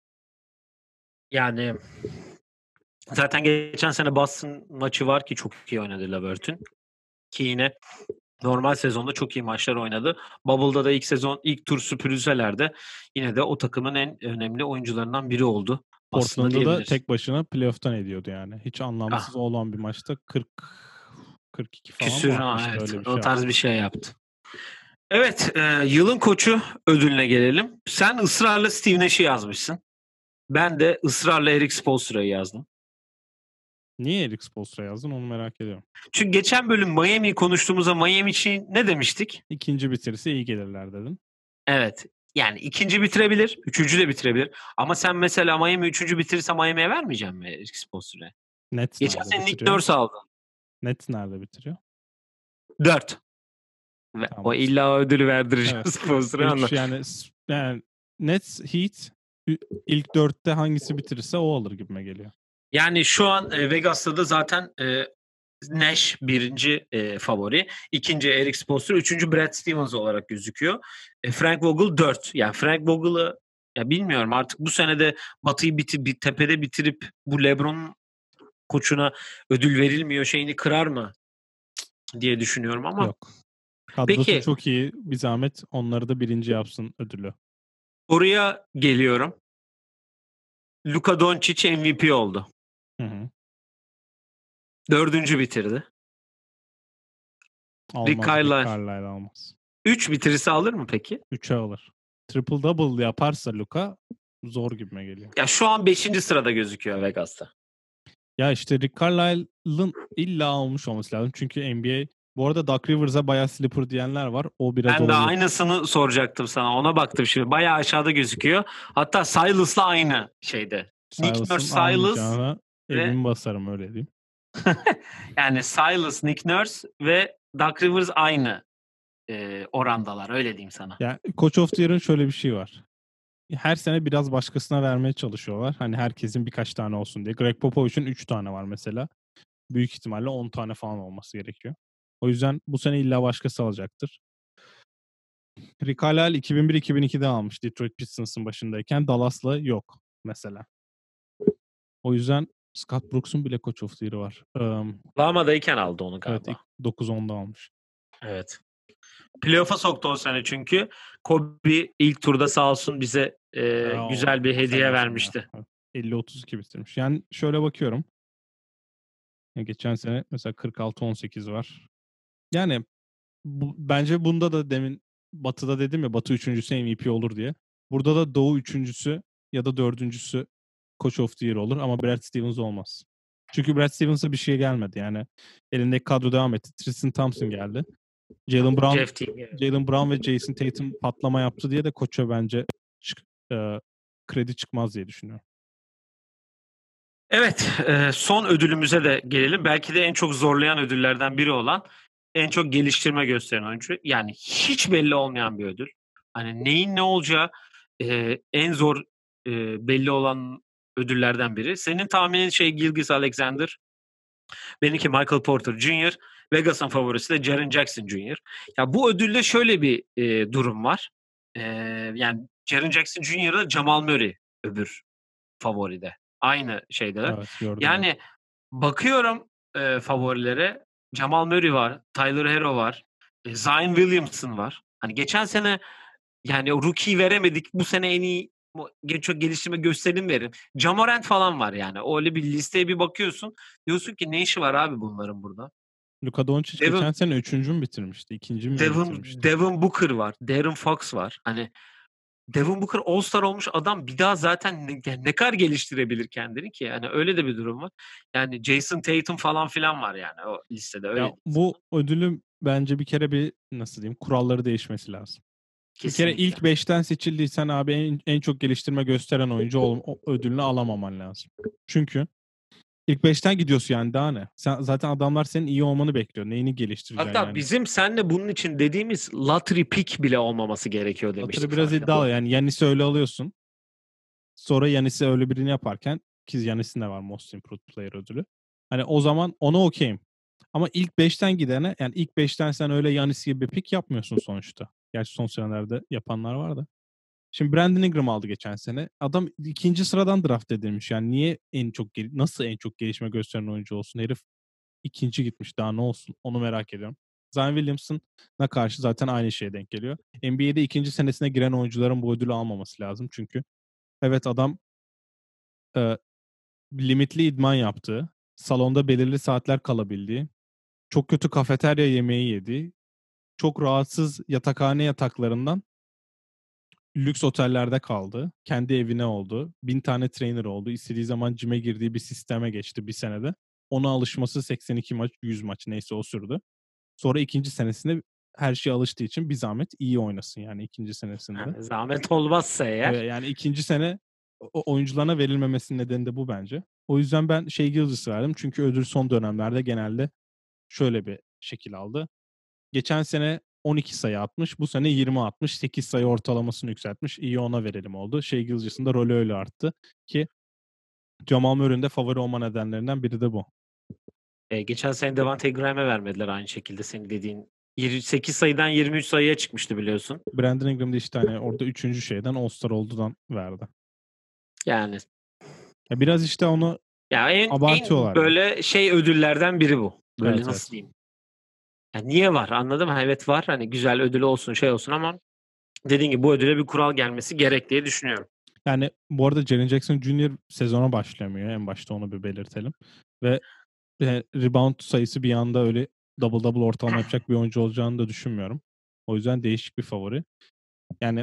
Yani zaten geçen sene Boston maçı var ki çok iyi oynadı LeVert'ün. Ki yine normal sezonda çok iyi maçlar oynadı. Bubble'da da ilk sezon ilk tur süpürüzeler de yine de o takımın en önemli oyuncularından biri oldu. Aslında Portland'da da diyebiliriz. tek başına playoff'tan ediyordu yani. Hiç anlamsız Ah, olan bir maçta kırk kırk iki falan küsür, mı ha, atmıştı evet, öyle bir o şey tarz yaptı. bir şey yaptı. Evet, e, yılın koçu ödülüne gelelim. Sen ısrarla Steve Nash'i yazmışsın. Ben de ısrarla Eric Spoelstra'yı yazdım. Niye Eric Spoelstra yazdın onu merak ediyorum. Çünkü geçen bölüm Miami'yi konuştuğumuzda Miami için ne demiştik? İkinci bitirirse iyi gelirler dedin. Evet. Yani ikinci bitirebilir, üçüncü de bitirebilir. Ama sen mesela Miami üçüncü bitirirse Miami'ye vermeyeceksin mi Eric Spoelstra'ya? Nets Geçen nerede sene Nick bitiriyor? Nurse aldın. Nets nerede bitiriyor? Dört. Ve Tamam. o illa ödülü verdireceğim Evet. Spoelstra'ya Üç anla. yani, yani Nets, Heat ü- ilk dörtte hangisi bitirirse o alır gibime geliyor. Yani şu an e, Vegas'ta da zaten e, Nash birinci e, favori. İkinci Eric Spoelstra. Üçüncü Brad Stevens olarak gözüküyor. E, Frank Vogel dört. Yani Frank Vogel'ı ya bilmiyorum artık bu senede Batı'yı biti, bir tepede bitirip bu LeBron koçuna ödül verilmiyor şeyini kırar mı diye düşünüyorum ama. Yok. Kadrosu Peki çok iyi. Bir zahmet onları da birinci yapsın ödülü. oraya geliyorum. Luka Doncic M V P oldu. Hı hı. Dördüncü bitirdi. Rick Almaz. Rick Carlisle. Carlisle almaz. Üç bitirirse alır mı peki? Üçe alır. Triple double yaparsa Luka zor gibime geliyor. Ya şu an beşinci sırada gözüküyor Vegas'ta. Ya işte Rick Carlisle'ın illa almış olması lazım. Çünkü N B A bu arada Doc Rivers'a bayağı slipper diyenler var. O biraz Ben de olabilir. aynısını soracaktım sana. Ona baktım şimdi. Bayağı aşağıda gözüküyor. Hatta Silas'la aynı şeyde. Nick Nurse, Silas'ın Silas almayacağına ve evimi basarım öyle diyeyim. yani Silas, Nick Nurse ve Doc Rivers aynı e, orandalar. Öyle diyeyim sana. Ya Coach of the Year'ın şöyle bir şey var. Her sene biraz başkasına vermeye çalışıyorlar. Hani herkesin birkaç tane olsun diye. Greg Popovich'in üç tane var mesela. Büyük ihtimalle on tane falan olması gerekiyor. O yüzden bu sene illa başkası alacaktır. Rick Carlisle iki bin bir iki bin ikide almış Detroit Pistons'ın başındayken. Dallas'la yok mesela. O yüzden Scott Brooks'un bile Coach of the Year'ı var. Um, Lama'dayken aldı onu evet galiba. dokuz onda almış. Evet. Playoff'a soktu o sene çünkü. Kobe ilk turda sağ olsun bize e, Ee, güzel bir o hediye fena vermişti. sene. Evet. elli otuz iki bitirmiş. Yani şöyle bakıyorum. Ya geçen sene mesela kırk altı on sekiz var. Yani bu, bence bunda da demin Batı'da dedim ya Batı üçüncüsü M V P olur diye. Burada da Doğu üçüncüsü ya da dördüncüsü Coach of the Year olur ama Brad Stevens olmaz. Çünkü Brad Stevens'a bir şey gelmedi. Yani elindeki kadro devam etti. Tristan Thompson geldi. Jalen Brown Jeff Teague. Jalen Brown ve Jason Tatum patlama yaptı diye de koça bence çık- e, kredi çıkmaz diye düşünüyorum. Evet, e, son ödülümüze de gelelim. Belki de en çok zorlayan ödüllerden biri olan en çok geliştirme gösteren oyuncu. Yani hiç belli olmayan bir ödül. Hani neyin ne olacağı e, en zor e, belli olan ödüllerden biri. Senin tahminin şey Gilgeous-Alexander, benimki Michael Porter Junior Vegas'ın favorisi de Jaren Jackson Junior Ya bu ödülde şöyle bir e, durum var. E, yani Jaren Jackson Junior'da Jamal Murray öbür favoride. Aynı şeydeler. Evet gördüm onu. Yani bakıyorum e, favorilere. Jamal Murray var, Tyler Hero var, e, Zion Williamson var. Hani geçen sene yani o rookie veremedik. Bu sene en iyi çok geliştirme gösterim verin. Ja Morant falan var yani. Öyle bir listeye bir bakıyorsun. Diyorsun ki ne işi var abi bunların burada? Luka Doncic Devin, geçen sene üçüncü mü bitirmişti? İkinci mi ne Devin, bitirmişti? Devin Booker var. Darren Fox var. Hani Devin Booker All-Star olmuş adam bir daha zaten ne, yani ne kadar geliştirebilir kendini ki? Yani öyle de bir durum var. Yani Jason Tatum falan filan var yani o listede öyle Ya diyeyim bu sana. ödülü bence bir kere bir nasıl diyeyim kuralları değişmesi lazım. Bir kere Kesinlikle. ilk beşten seçildiysen abi en, en çok geliştirme gösteren oyuncu ol, o ödülünü alamaman lazım. Çünkü ilk beşten gidiyorsun yani daha ne? Sen, zaten adamlar senin iyi olmanı bekliyor. Neyini geliştireceksin Hatta yani? bizim seninle bunun için dediğimiz lottery pick bile olmaması gerekiyor demiştik Atırı biraz farkında. iddialı yani Yanis'i öyle alıyorsun. Sonra Yanis'i öyle birini yaparken ki Yanis'in de var Most Improved Player ödülü. Hani o zaman ona okeyim. Ama ilk beşten gidene yani ilk beşten sen öyle Yanis gibi bir pick yapmıyorsun sonuçta. Gerçi son senelerde yapanlar var da. Şimdi Brandon Ingram aldı geçen sene. Adam ikinci sıradan draft edilmiş. Yani niye en çok gel- nasıl en çok gelişme gösteren oyuncu olsun? Herif ikinci gitmiş. Daha ne olsun? Onu merak ediyorum. Zion Williamson'a karşı zaten aynı şeye denk geliyor. N B A'de ikinci senesine giren oyuncuların bu ödülü almaması lazım. Çünkü evet adam e, limitli idman yaptığı, salonda belirli saatler kalabildiği, çok kötü kafeterya yemeği yedi, çok rahatsız yatakhane yataklarından lüks otellerde kaldı. Kendi evine oldu. Bin tane trainer oldu. İstediği zaman cime girdiği bir sisteme geçti bir senede. ona alışması seksen iki maç, yüz maç neyse o sürdü. Sonra ikinci senesinde her şeye alıştığı için bir zahmet iyi oynasın yani ikinci senesinde. Yani zahmet olmazsa eğer. Evet, yani ikinci sene o oyuncularına verilmemesinin nedeni de bu bence. O yüzden ben Shai Gilgeous'u verdim. Çünkü ödül son dönemlerde genelde şöyle bir şekil aldı. Geçen sene on iki sayı atmış. Bu sene yirmi atmış. sekiz sayı ortalamasını yükseltmiş. İyi ona verelim oldu. Shai Gilgeous'un da rolü öyle arttı. Ki Jamal Murray'in de favori olma nedenlerinden biri de bu. E, geçen sene Devontae Graham'e vermediler aynı şekilde senin dediğin. yirmi sekiz sayıdan yirmi üç sayıya çıkmıştı biliyorsun. Brandon Ingram da işte hani orada üçüncü şeyden All-Star olduğundan verdi. Yani. Ya biraz işte onu ya en, abartıyorlar. En böyle şey ödüllerden biri bu. Böyle evet, nasıl evet. diyeyim? Yani niye var anladın mı? Evet var. Hani güzel ödül olsun şey olsun ama dediğin gibi bu ödüle bir kural gelmesi gerek diye düşünüyorum. Yani bu arada Jaren Jackson Junior sezona başlamıyor. En başta onu bir belirtelim. Ve e, rebound sayısı bir anda öyle double double ortalama yapacak bir oyuncu olacağını da düşünmüyorum. O yüzden değişik bir favori. Yani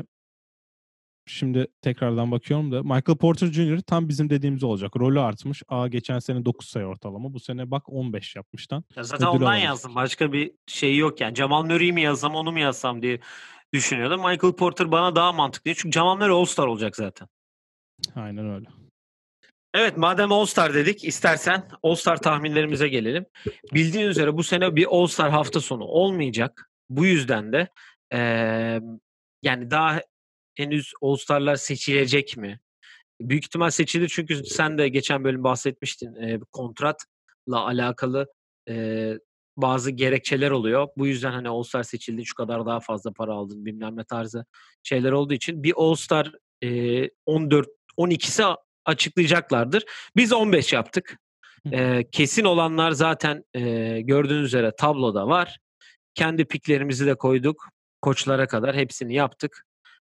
şimdi tekrardan bakıyorum da Michael Porter Junior tam bizim dediğimiz olacak. Rolü artmış. Aa geçen sene dokuz sayı ortalama. Bu sene bak on beş yapmıştan. Ya zaten Ödül ondan alabilecek. yazdım. Başka bir şey yok yani. Jamal Murray'i mi yazsam onu mu yazsam diye düşünüyordum. Michael Porter bana daha mantıklı. Çünkü Jamal Murray All-Star olacak zaten. Aynen öyle. Evet madem All-Star dedik istersen All-Star tahminlerimize gelelim. Bildiğin üzere bu sene bir All-Star hafta sonu olmayacak. Bu yüzden de ee, yani daha henüz All-Star'lar seçilecek mi? Büyük ihtimal seçilir çünkü sen de geçen bölüm bahsetmiştin. E, kontratla alakalı e, bazı gerekçeler oluyor. Bu yüzden hani All-Star seçildi şu kadar daha fazla para aldın bilmem ne tarzı şeyler olduğu için bir All-Star e, on dört on ikisi açıklayacaklardır. Biz on beş yaptık. E, kesin olanlar zaten e, gördüğünüz üzere tabloda var. Kendi piklerimizi de koyduk. Koçlara kadar hepsini yaptık.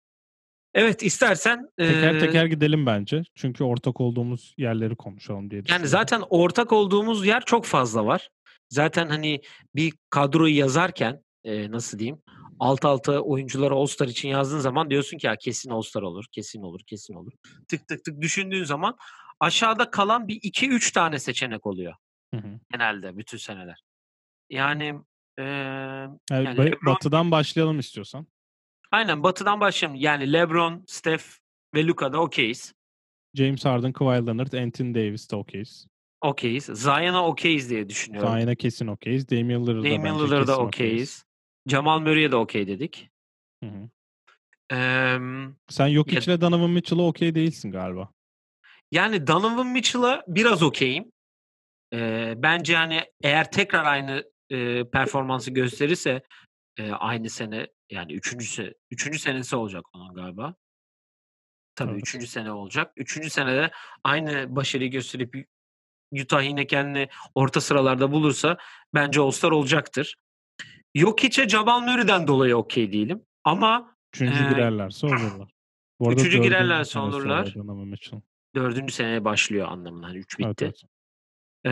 Evet istersen Teker e, teker gidelim bence. Çünkü ortak olduğumuz yerleri konuşalım diye yani düşünüyorum. zaten ortak olduğumuz yer çok fazla var. Zaten hani bir kadroyu yazarken e, nasıl diyeyim alt alta oyuncuları All-Star için yazdığın zaman diyorsun ki ya kesin All-Star olur, kesin olur, kesin olur. Tık tık tık düşündüğün zaman aşağıda kalan bir iki üç tane seçenek oluyor. Hı hı. Genelde bütün seneler. Yani e, Yani yani ba- LeBron, batıdan başlayalım istiyorsan. aynen batıdan başlayalım. Yani LeBron, Steph ve Luca'da okeyiz. James Harden, Kawhi Leonard, Anthony Davis de okeyiz. Okeyiz. Zion'a okeyiz diye düşünüyorum. Zion'a kesin okeyiz. Damian Lillard'a Damian bence Lillard'a kesin okeyiz. okeyiz. Jamal Murray'e de okey dedik. Hı hı. Ee, Sen Jokic ya, ile Donovan Mitchell'a okey değilsin galiba. yani Donovan Mitchell'a biraz okeyim. Ee, bence hani eğer tekrar aynı e, performansı gösterirse e, aynı sene yani üçüncüsü üçüncü senesi olacak onun galiba. Tabii Evet. üçüncü sene olacak. Üçüncü senede aynı başarıyı gösterip Utah yine kendini orta sıralarda bulursa bence All-Star olacaktır. Jokic'e Jamal Murray'den dolayı okey değilim. Ama Üçüncü e, girerlerse olurlar. Bu arada üçüncü dördüncü girerlerse senesi oluyor olurlar. Donovan Mitchell. Dördüncü seneye başlıyor anlamında. Hani üç Evet, bitti. evet. Ee,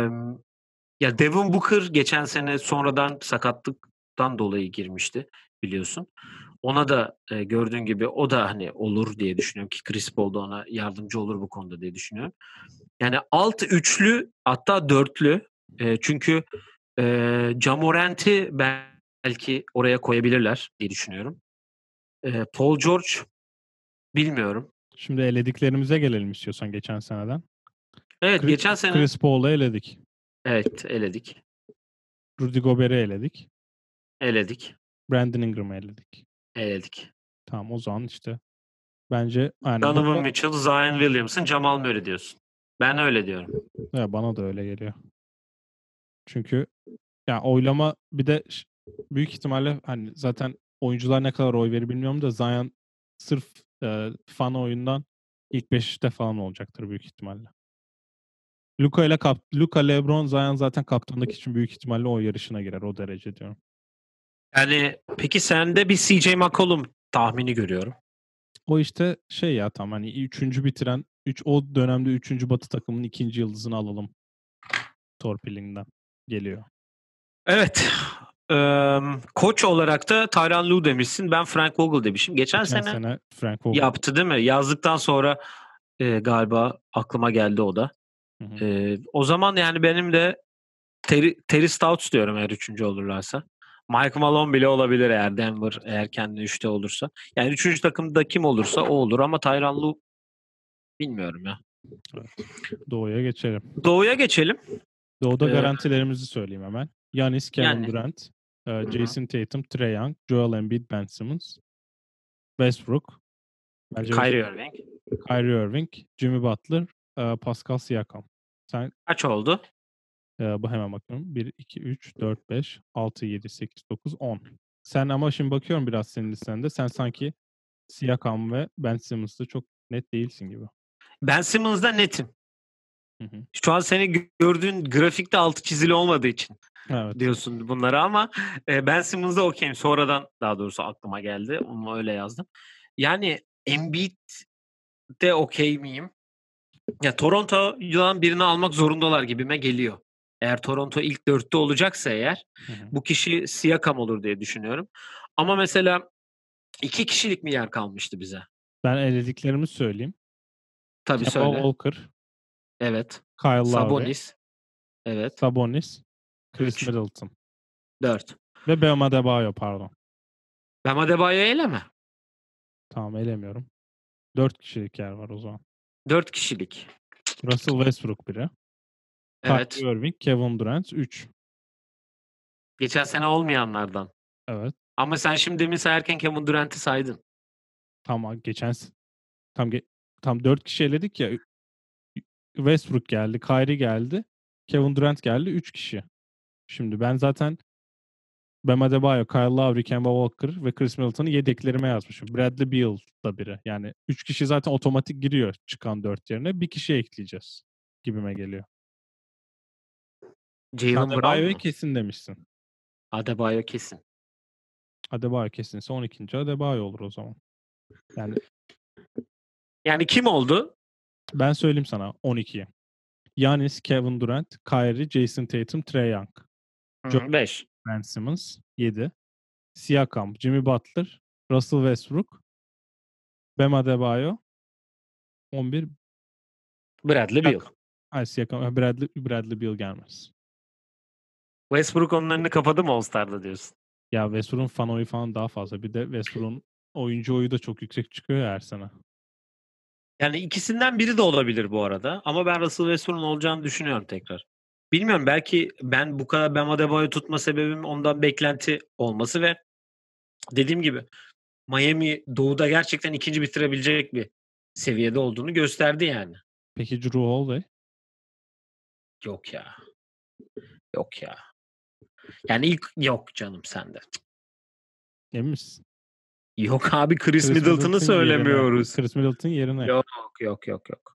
ya Devin Booker geçen sene sonradan sakatlıktan dolayı girmişti biliyorsun. Ona da e, gördüğün gibi o da hani olur diye düşünüyorum ki Chris Paul da ona yardımcı olur bu konuda diye düşünüyorum. Yani alt üçlü hatta dörtlü e, çünkü e, Ja Morant'i belki oraya koyabilirler diye düşünüyorum. E, Paul George bilmiyorum. Şimdi elediklerimize gelelim istiyorsan geçen seneden. Evet Chris, geçen sene Chris Paul'u eledik. evet eledik. Rudy Gobert'i eledik. Eledik. Brandon Ingram'ı eledik. Eledik. Tamam o zaman işte bence yani Donovan burada Mitchell, Zion Williamson, Jamal Murray diyorsun. Ben öyle diyorum. ya bana da öyle geliyor. Çünkü ya oylama bir de ş- büyük ihtimalle hani zaten oyuncular ne kadar oy verir bilmiyorum da Zion sırf e, fan oyundan ilk beşte falan olacaktır büyük ihtimalle. Luka ile kap Luka, LeBron, Zion zaten kaptanlık için büyük ihtimalle o yarışına girer o derece diyorum. Yani peki sende bir C J McCollum tahmini görüyorum. O işte şey ya tam hani üçüncü bitiren üç o dönemde üçüncü Batı takımının ikinci yıldızını alalım torpilinden geliyor. Evet. Ee, koç olarak da Tyronn Lue demişsin. Ben Frank Vogel demişim. Geçen Geçen sene sene Frank Vogel. yaptı değil mi? Yazdıktan sonra e, galiba aklıma geldi o da. Hı hı. Ee, o zaman yani benim de Terry, Terry Stotts diyorum eğer üçüncü olurlarsa. Mike Malone bile olabilir eğer Denver eğer kendi üçte olursa. Yani üçüncü takımda kim olursa o olur ama Tyronn Lue bilmiyorum ya. Evet. Doğu'ya geçelim. Doğu'ya geçelim. Doğu'da Ee, garantilerimizi söyleyeyim hemen. Giannis, Kevin yani Durant, e, hı hı. Jason Tatum, Trae Young, Joel Embiid, Ben Simmons, Westbrook, bence Kyrie Westbrook, Irving. Kyrie Irving, Jimmy Butler, e, Pascal Siakam. Sen Kaç oldu? e, bu hemen bakıyorum. bir, iki, üç, dört, beş, altı, yedi, sekiz, dokuz, on. Sen ama şimdi bakıyorum biraz senin listende. Sen sanki Siakam ve Ben Simmons'ta çok net değilsin gibi. Ben Simmons'da netim. Hı hı. Şu an seni gördüğün grafikte altı çizili olmadığı için Evet. diyorsun bunları ama e, Ben Simmons'da okeyim. Sonradan daha doğrusu aklıma geldi. Onu öyle yazdım. Yani Embiid'de okey miyim? Ya Toronto'dan birini almak zorundalar gibime geliyor. Eğer Toronto ilk dörtte olacaksa eğer Hı hı. bu kişi Siakam olur diye düşünüyorum. Ama mesela iki kişilik mi yer kalmıştı bize? Ben elediklerimi söyleyeyim. Tabii Kemba söyle. Walker, Evet. Kyle Lowry, Sabonis. Evet. Sabonis, Chris Üç. Middleton Dört. ve Bam Adebayo pardon. Bam Adebayo'yu eleme. Tamam elemiyorum. Dört kişilik yer var o zaman. Dört kişilik. Russell Westbrook biri. Evet. Kyrie Irving, Kevin Durant üç. Geçen sene olmayanlardan. Evet. Ama sen şimdi demin sayarken Kevin Durant'i saydın. Tamam geçen s- tam ge- tam dört kişi eledik ya. Westbrook geldi, Kyrie geldi, Kevin Durant geldi üç kişi. Şimdi ben zaten Bam Adebayo, Kyle Lowry, Kemba Walker ve Chris Middleton'ı yedeklerime yazmışım. Bradley Beal da biri. Yani üç kişi zaten otomatik giriyor çıkan dört yerine. Bir kişi ekleyeceğiz gibime geliyor. Jaylen Brown Adebayo'yu mu? kesin demişsin. Adebayo kesin. Adebayo kesinse on ikinci Adebayo olur o zaman. Yani Yani kim oldu? ben söyleyeyim sana on ikiyi. Giannis, Kevin Durant, Kyrie, Jason Tatum, Trae Young. Joel Beş. Ben Simmons yedi. Siakam, Jimmy Butler, Russell Westbrook, Bam Adebayo on bir. Bradley Beal. Siakam. Ay Siakam, Bradley, Bradley Beal gelmez. Westbrook onun önünü kapadı mı All-Star'da diyorsun? Ya Westbrook'un fan oyu falan daha fazla. Bir de Westbrook'un oyuncu oyu da çok yüksek çıkıyor ya her sene. Yani ikisinden biri de olabilir bu arada. Ama ben Russell Westbrook'un olacağını düşünüyorum tekrar. Bilmiyorum, belki ben bu kadar Bam Adebayo tutma sebebim ondan beklenti olması ve dediğim gibi Miami doğuda gerçekten ikinci bitirebilecek bir seviyede olduğunu gösterdi yani. Peki Drew Holiday? Yok ya. Yok ya. Yani ilk yok canım sende. Emin misin? Yok abi, Chris Chris Middleton'ı Middleton yerine. söylemiyoruz. Chris Middleton yerine. Yok yok yok yok.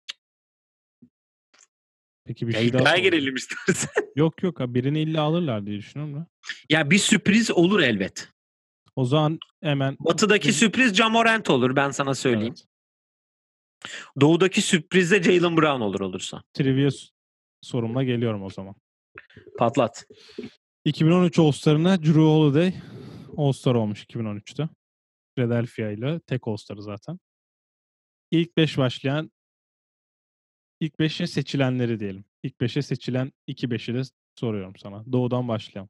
Peki bir Ya şey daha iddiaya soracağım. girelim istersen. Yok yok ha birini illa alırlar diye düşünüyorum da. Ya bir sürpriz olur elbet. O zaman hemen Batı'daki sürpriz Ja Morant olur, ben sana söyleyeyim. evet. Doğu'daki sürpriz de Jaylen Brown olur olursa. Trivia s- sorumla geliyorum o zaman. Patlat. iki bin on üç All-Star'ına Drew Holiday All-Star olmuş iki bin on üçte. Philadelphia ile tek All-Star'ı zaten. İlk beş başlayan, ilk beşe seçilenleri diyelim. İlk beşe seçilen iki beşi de soruyorum sana. Doğudan başlayalım.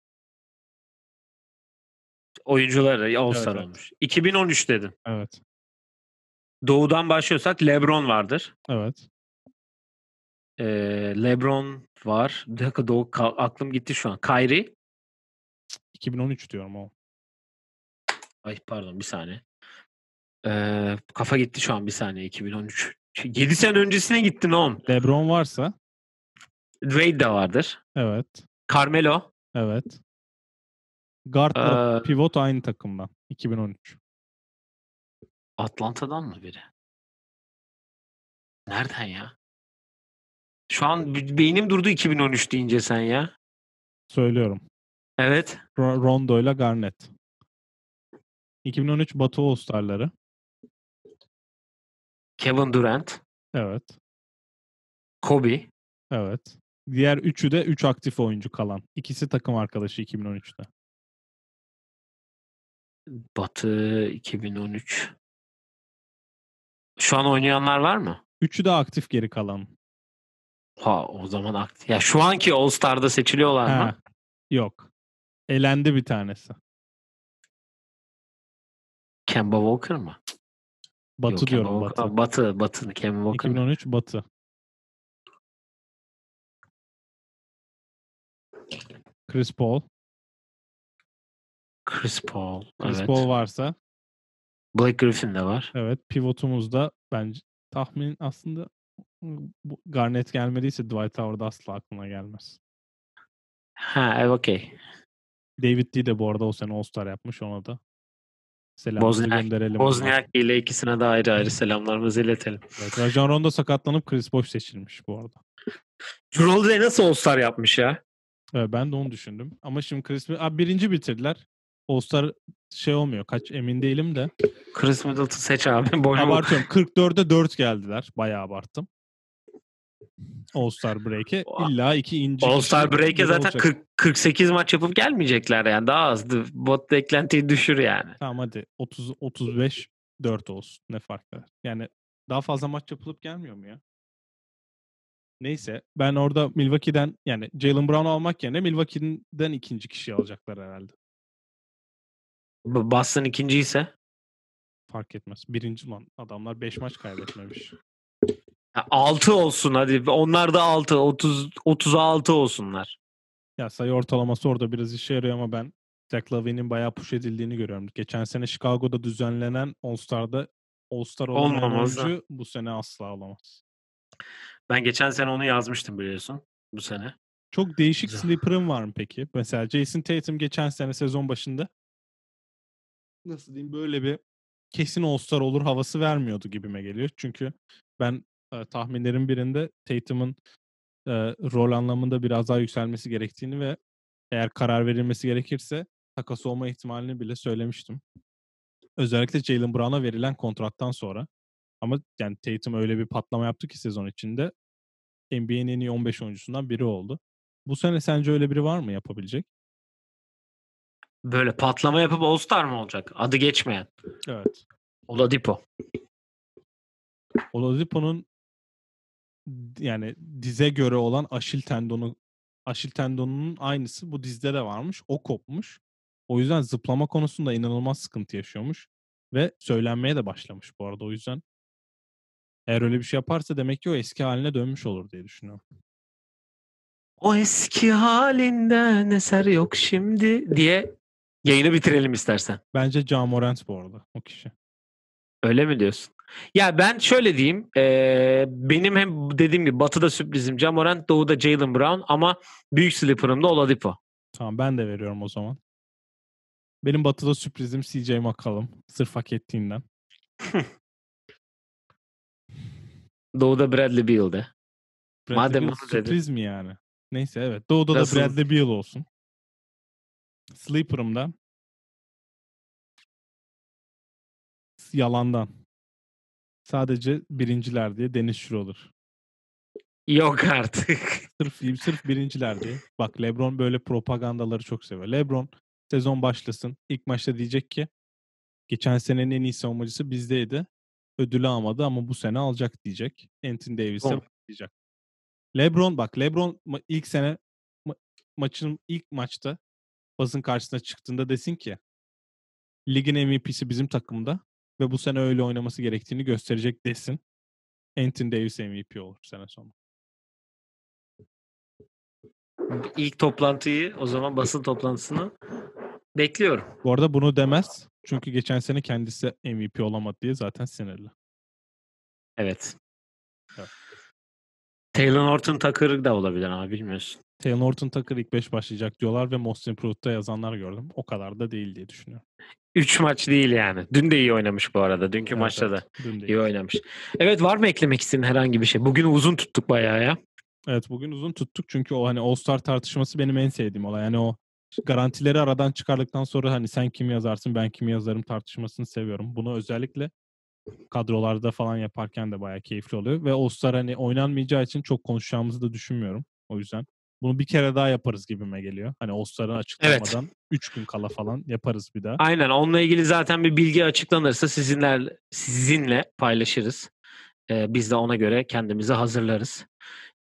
Oyuncuları Evet All-Star evet. olmuş. iki bin on üç dedin. Evet. Doğu'dan başlıyorsak LeBron vardır. Evet. Ee, LeBron var. Bir dakika, Doğu ka- aklım gitti şu an. Kyrie. iki bin on üç diyorum o. Ay pardon, bir saniye. Ee, kafa gitti şu an, bir saniye. iki bin on üç. yedi sene öncesine gittin oğlum. LeBron varsa Wade de vardır. evet. Carmelo. Evet. Guardla Ee, pivot aynı takımdan. iki bin on üç. Atlanta'dan mı biri? Nereden ya? Şu an b- beynim durdu iki bin on üç deyince sen ya. Söylüyorum. Evet. Ro- Rondo ile Garnett. iki bin on üç Batı All-Star'ları. Kevin Durant. Evet. Kobe. Evet. Diğer üçü de üç aktif oyuncu kalan. İkisi takım arkadaşı iki bin on üçte. Batı iki bin on üç. Şu an oynayanlar var mı? Üçü de aktif geri kalan. Ha o zaman aktif. Ya şu anki All-Star'da seçiliyorlar mı? Ha, yok. Elendi bir tanesi. Kemba Walker mı? Batı Yok, Kemba diyorum Walker. Batı. Batı. Batı. Kemba Walker iki bin mı? on üç Batı. Chris Paul. Chris Paul. Chris Evet. Paul varsa Blake Griffin de var. evet, pivotumuzda bence tahmin aslında bu Garnett gelmediyse Dwight Howard asla aklına gelmez. Ha evet okey. David D de bu arada o sene All-Star yapmış, ona da selamımızı Bozniak. gönderelim. buradan. Bozniak ile ikisine de ayrı ayrı selamlarımızı iletelim. Evet, Rajon Rondo sakatlanıp Chris Bosh seçilmiş bu arada. Drew Holiday nasıl All-Star yapmış ya? Evet, ben de onu düşündüm. Ama şimdi Chris Abi birinci bitirdiler. All-Star şey olmuyor. Kaç emin değilim de. Chris Middleton seç abi. Boynu Abartıyorum. kırk dörde dört geldiler. Bayağı abarttım. All-Star Break'e. İlla iki inci All-Star kişi Break'e biri zaten olacak. kırk kırk sekiz maç yapıp gelmeyecekler yani. Daha azdı. Bot beklentiyi düşür yani. Tamam hadi. otuz otuz beş dört olsun. Ne fark eder? Yani daha fazla maç yapılıp gelmiyor mu ya? Neyse. Ben orada Milwaukee'den, yani Jaylen Brown almak yerine Milwaukee'den ikinci kişiyi alacaklar herhalde. B- Boston ikinci ise Fark etmez. Birinci lan. Adamlar beş maç kaybetmemiş. altı olsun hadi. Onlar da altı. otuz otuza altı olsunlar. Ya sayı ortalaması orada biraz işe yarıyor ama ben Zach LaVine'in bayağı push edildiğini görüyorum. Geçen sene Chicago'da düzenlenen All-Star'da All-Star olamayan Olmamaz da. oyuncu bu sene asla olamaz. Ben geçen sene onu yazmıştım biliyorsun. Bu sene. Çok değişik Güzel. sleeper'ın var mı peki? Mesela Jason Tatum geçen sene sezon başında nasıl diyeyim, böyle bir kesin All-Star olur havası vermiyordu gibime geliyor. Çünkü ben e, tahminlerin birinde Tatum'un e, rol anlamında biraz daha yükselmesi gerektiğini ve eğer karar verilmesi gerekirse takas olma ihtimalini bile söylemiştim. Özellikle Jaylen Brown'a verilen kontrattan sonra. Ama yani Tatum öyle bir patlama yaptı ki sezon içinde N B A'nin en iyi on beş oyuncusundan biri oldu. Bu sene sence öyle biri var mı yapabilecek? Böyle patlama yapıp All-Star mı olacak? Adı geçmeyen. Evet. Oladipo. Oladipo'nun yani dize göre olan Aşil tendonu Aşil tendonunun aynısı bu dizde de varmış. O kopmuş. O yüzden zıplama konusunda inanılmaz sıkıntı yaşıyormuş. Ve söylenmeye de başlamış bu arada. O yüzden eğer öyle bir şey yaparsa demek ki o eski haline dönmüş olur diye düşünüyorum. O eski halinden eser yok şimdi diye yayını bitirelim istersen. Bence Ja Morant bu arada o kişi. Öyle mi diyorsun? Ya ben şöyle diyeyim. E, benim hem dediğim gibi Batı'da sürprizim Ja Morant, Doğu'da Jaylen Brown ama büyük sleeper'ım da Oladipo. Tamam, ben de veriyorum o zaman. Benim Batı'da sürprizim C J McCollum. Sırf hak ettiğinden. Doğu'da Bradley Beal'de. Bradley Madem Beal bunu dedin. sürpriz mi yani? Neyse evet. Doğu'da Nasıl? da Bradley Beal olsun. Sleeper'ımda yalandan. Sadece birinciler diye Dennis Schroeder. Yok artık. Sırf, sırf birinciler diye. Bak LeBron böyle propagandaları çok seviyor. LeBron sezon başlasın. İlk maçta diyecek ki geçen senenin en iyi savunmacısı bizdeydi. Ödülü almadı ama bu sene alacak diyecek. Anthony Davis'e diyecek. LeBron bak LeBron ma- ilk sene ma- maçın ilk maçta basın karşısına çıktığında desin ki ligin M V P'si bizim takımda ve bu sene öyle oynaması gerektiğini gösterecek desin. Anthony Davis M V P olur sene sonu. İlk toplantıyı o zaman basın toplantısını bekliyorum. Bu arada bunu demez. Çünkü geçen sene kendisi M V P olamadı diye zaten sinirli. Evet. Evet. Taylor Horton Tucker da olabilir ama bilmiyorsun. Taylor Horton Tucker ilk beş başlayacak diyorlar ve Most Improved'da yazanlar gördüm. O kadar da değil diye düşünüyorum. Üç maç değil yani. Dün de iyi oynamış bu arada. Dünkü Evet, maçta evet. da Dün de iyi oynamış. Evet, var mı eklemek istediğin herhangi bir şey? Bugün uzun tuttuk bayağı ya. Evet, bugün uzun tuttuk çünkü o hani All-Star tartışması benim en sevdiğim olay. Yani o garantileri aradan çıkardıktan sonra hani sen kim yazarsın ben kimi yazarım tartışmasını seviyorum. Bunu özellikle kadrolarda falan yaparken de bayağı keyifli oluyor. Ve All-Star hani oynanmayacağı için çok konuşacağımızı da düşünmüyorum. O yüzden bunu bir kere daha yaparız gibime geliyor. Hani All-Star'ın açıklanmadan üç gün kala falan yaparız bir daha. Aynen, onunla ilgili zaten bir bilgi açıklanırsa sizinle sizinle paylaşırız. Ee, biz de ona göre kendimizi hazırlarız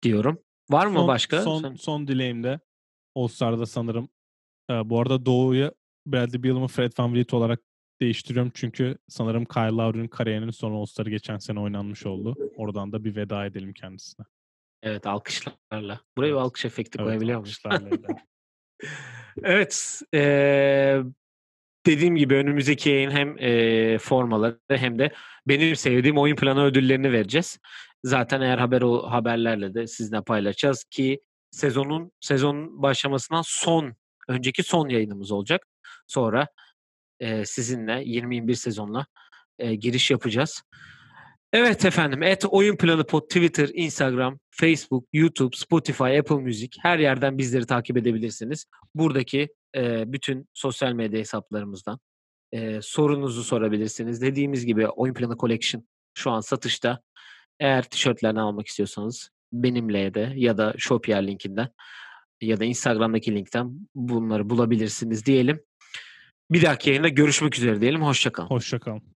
diyorum. Var mı Son, başka? son, Sen- son dileğim de All-Star'da sanırım. Ee, bu arada Doğu'yu Bradley Beal'ımı Fred VanVleet olarak değiştiriyorum. Çünkü sanırım Kyle Lowry'nin kariyerinin son All-Star'ı geçen sene oynanmış oldu. Oradan da bir veda edelim kendisine. Evet, alkışlarla. Buraya bir Evet. alkış efekti Evet, koyabiliyor muyum? alkışlarla edelim. Evet. eee, dediğim gibi önümüzdeki yayın hem eee, formaları hem de benim sevdiğim oyun planı ödüllerini vereceğiz. Zaten eğer haber o haberlerle de sizinle paylaşacağız ki sezonun sezon başlamasından son önceki son yayınımız olacak. Sonra eee, sizinle yirmi yirmi bir sezonla eee, giriş yapacağız. Evet efendim. Et Oyun Planı Pod Twitter, Instagram, Facebook, YouTube, Spotify, Apple Music her yerden bizleri takip edebilirsiniz. Buradaki e, bütün sosyal medya hesaplarımızdan e, sorunuzu sorabilirsiniz. Dediğimiz gibi Oyun Planı Collection şu an satışta. Eğer tişörtlerini almak istiyorsanız benimle de ya da Shopier linkinden ya da Instagram'daki linkten bunları bulabilirsiniz diyelim. Bir dahaki yayında görüşmek üzere diyelim. Hoşça kalın. Hoşça kalın.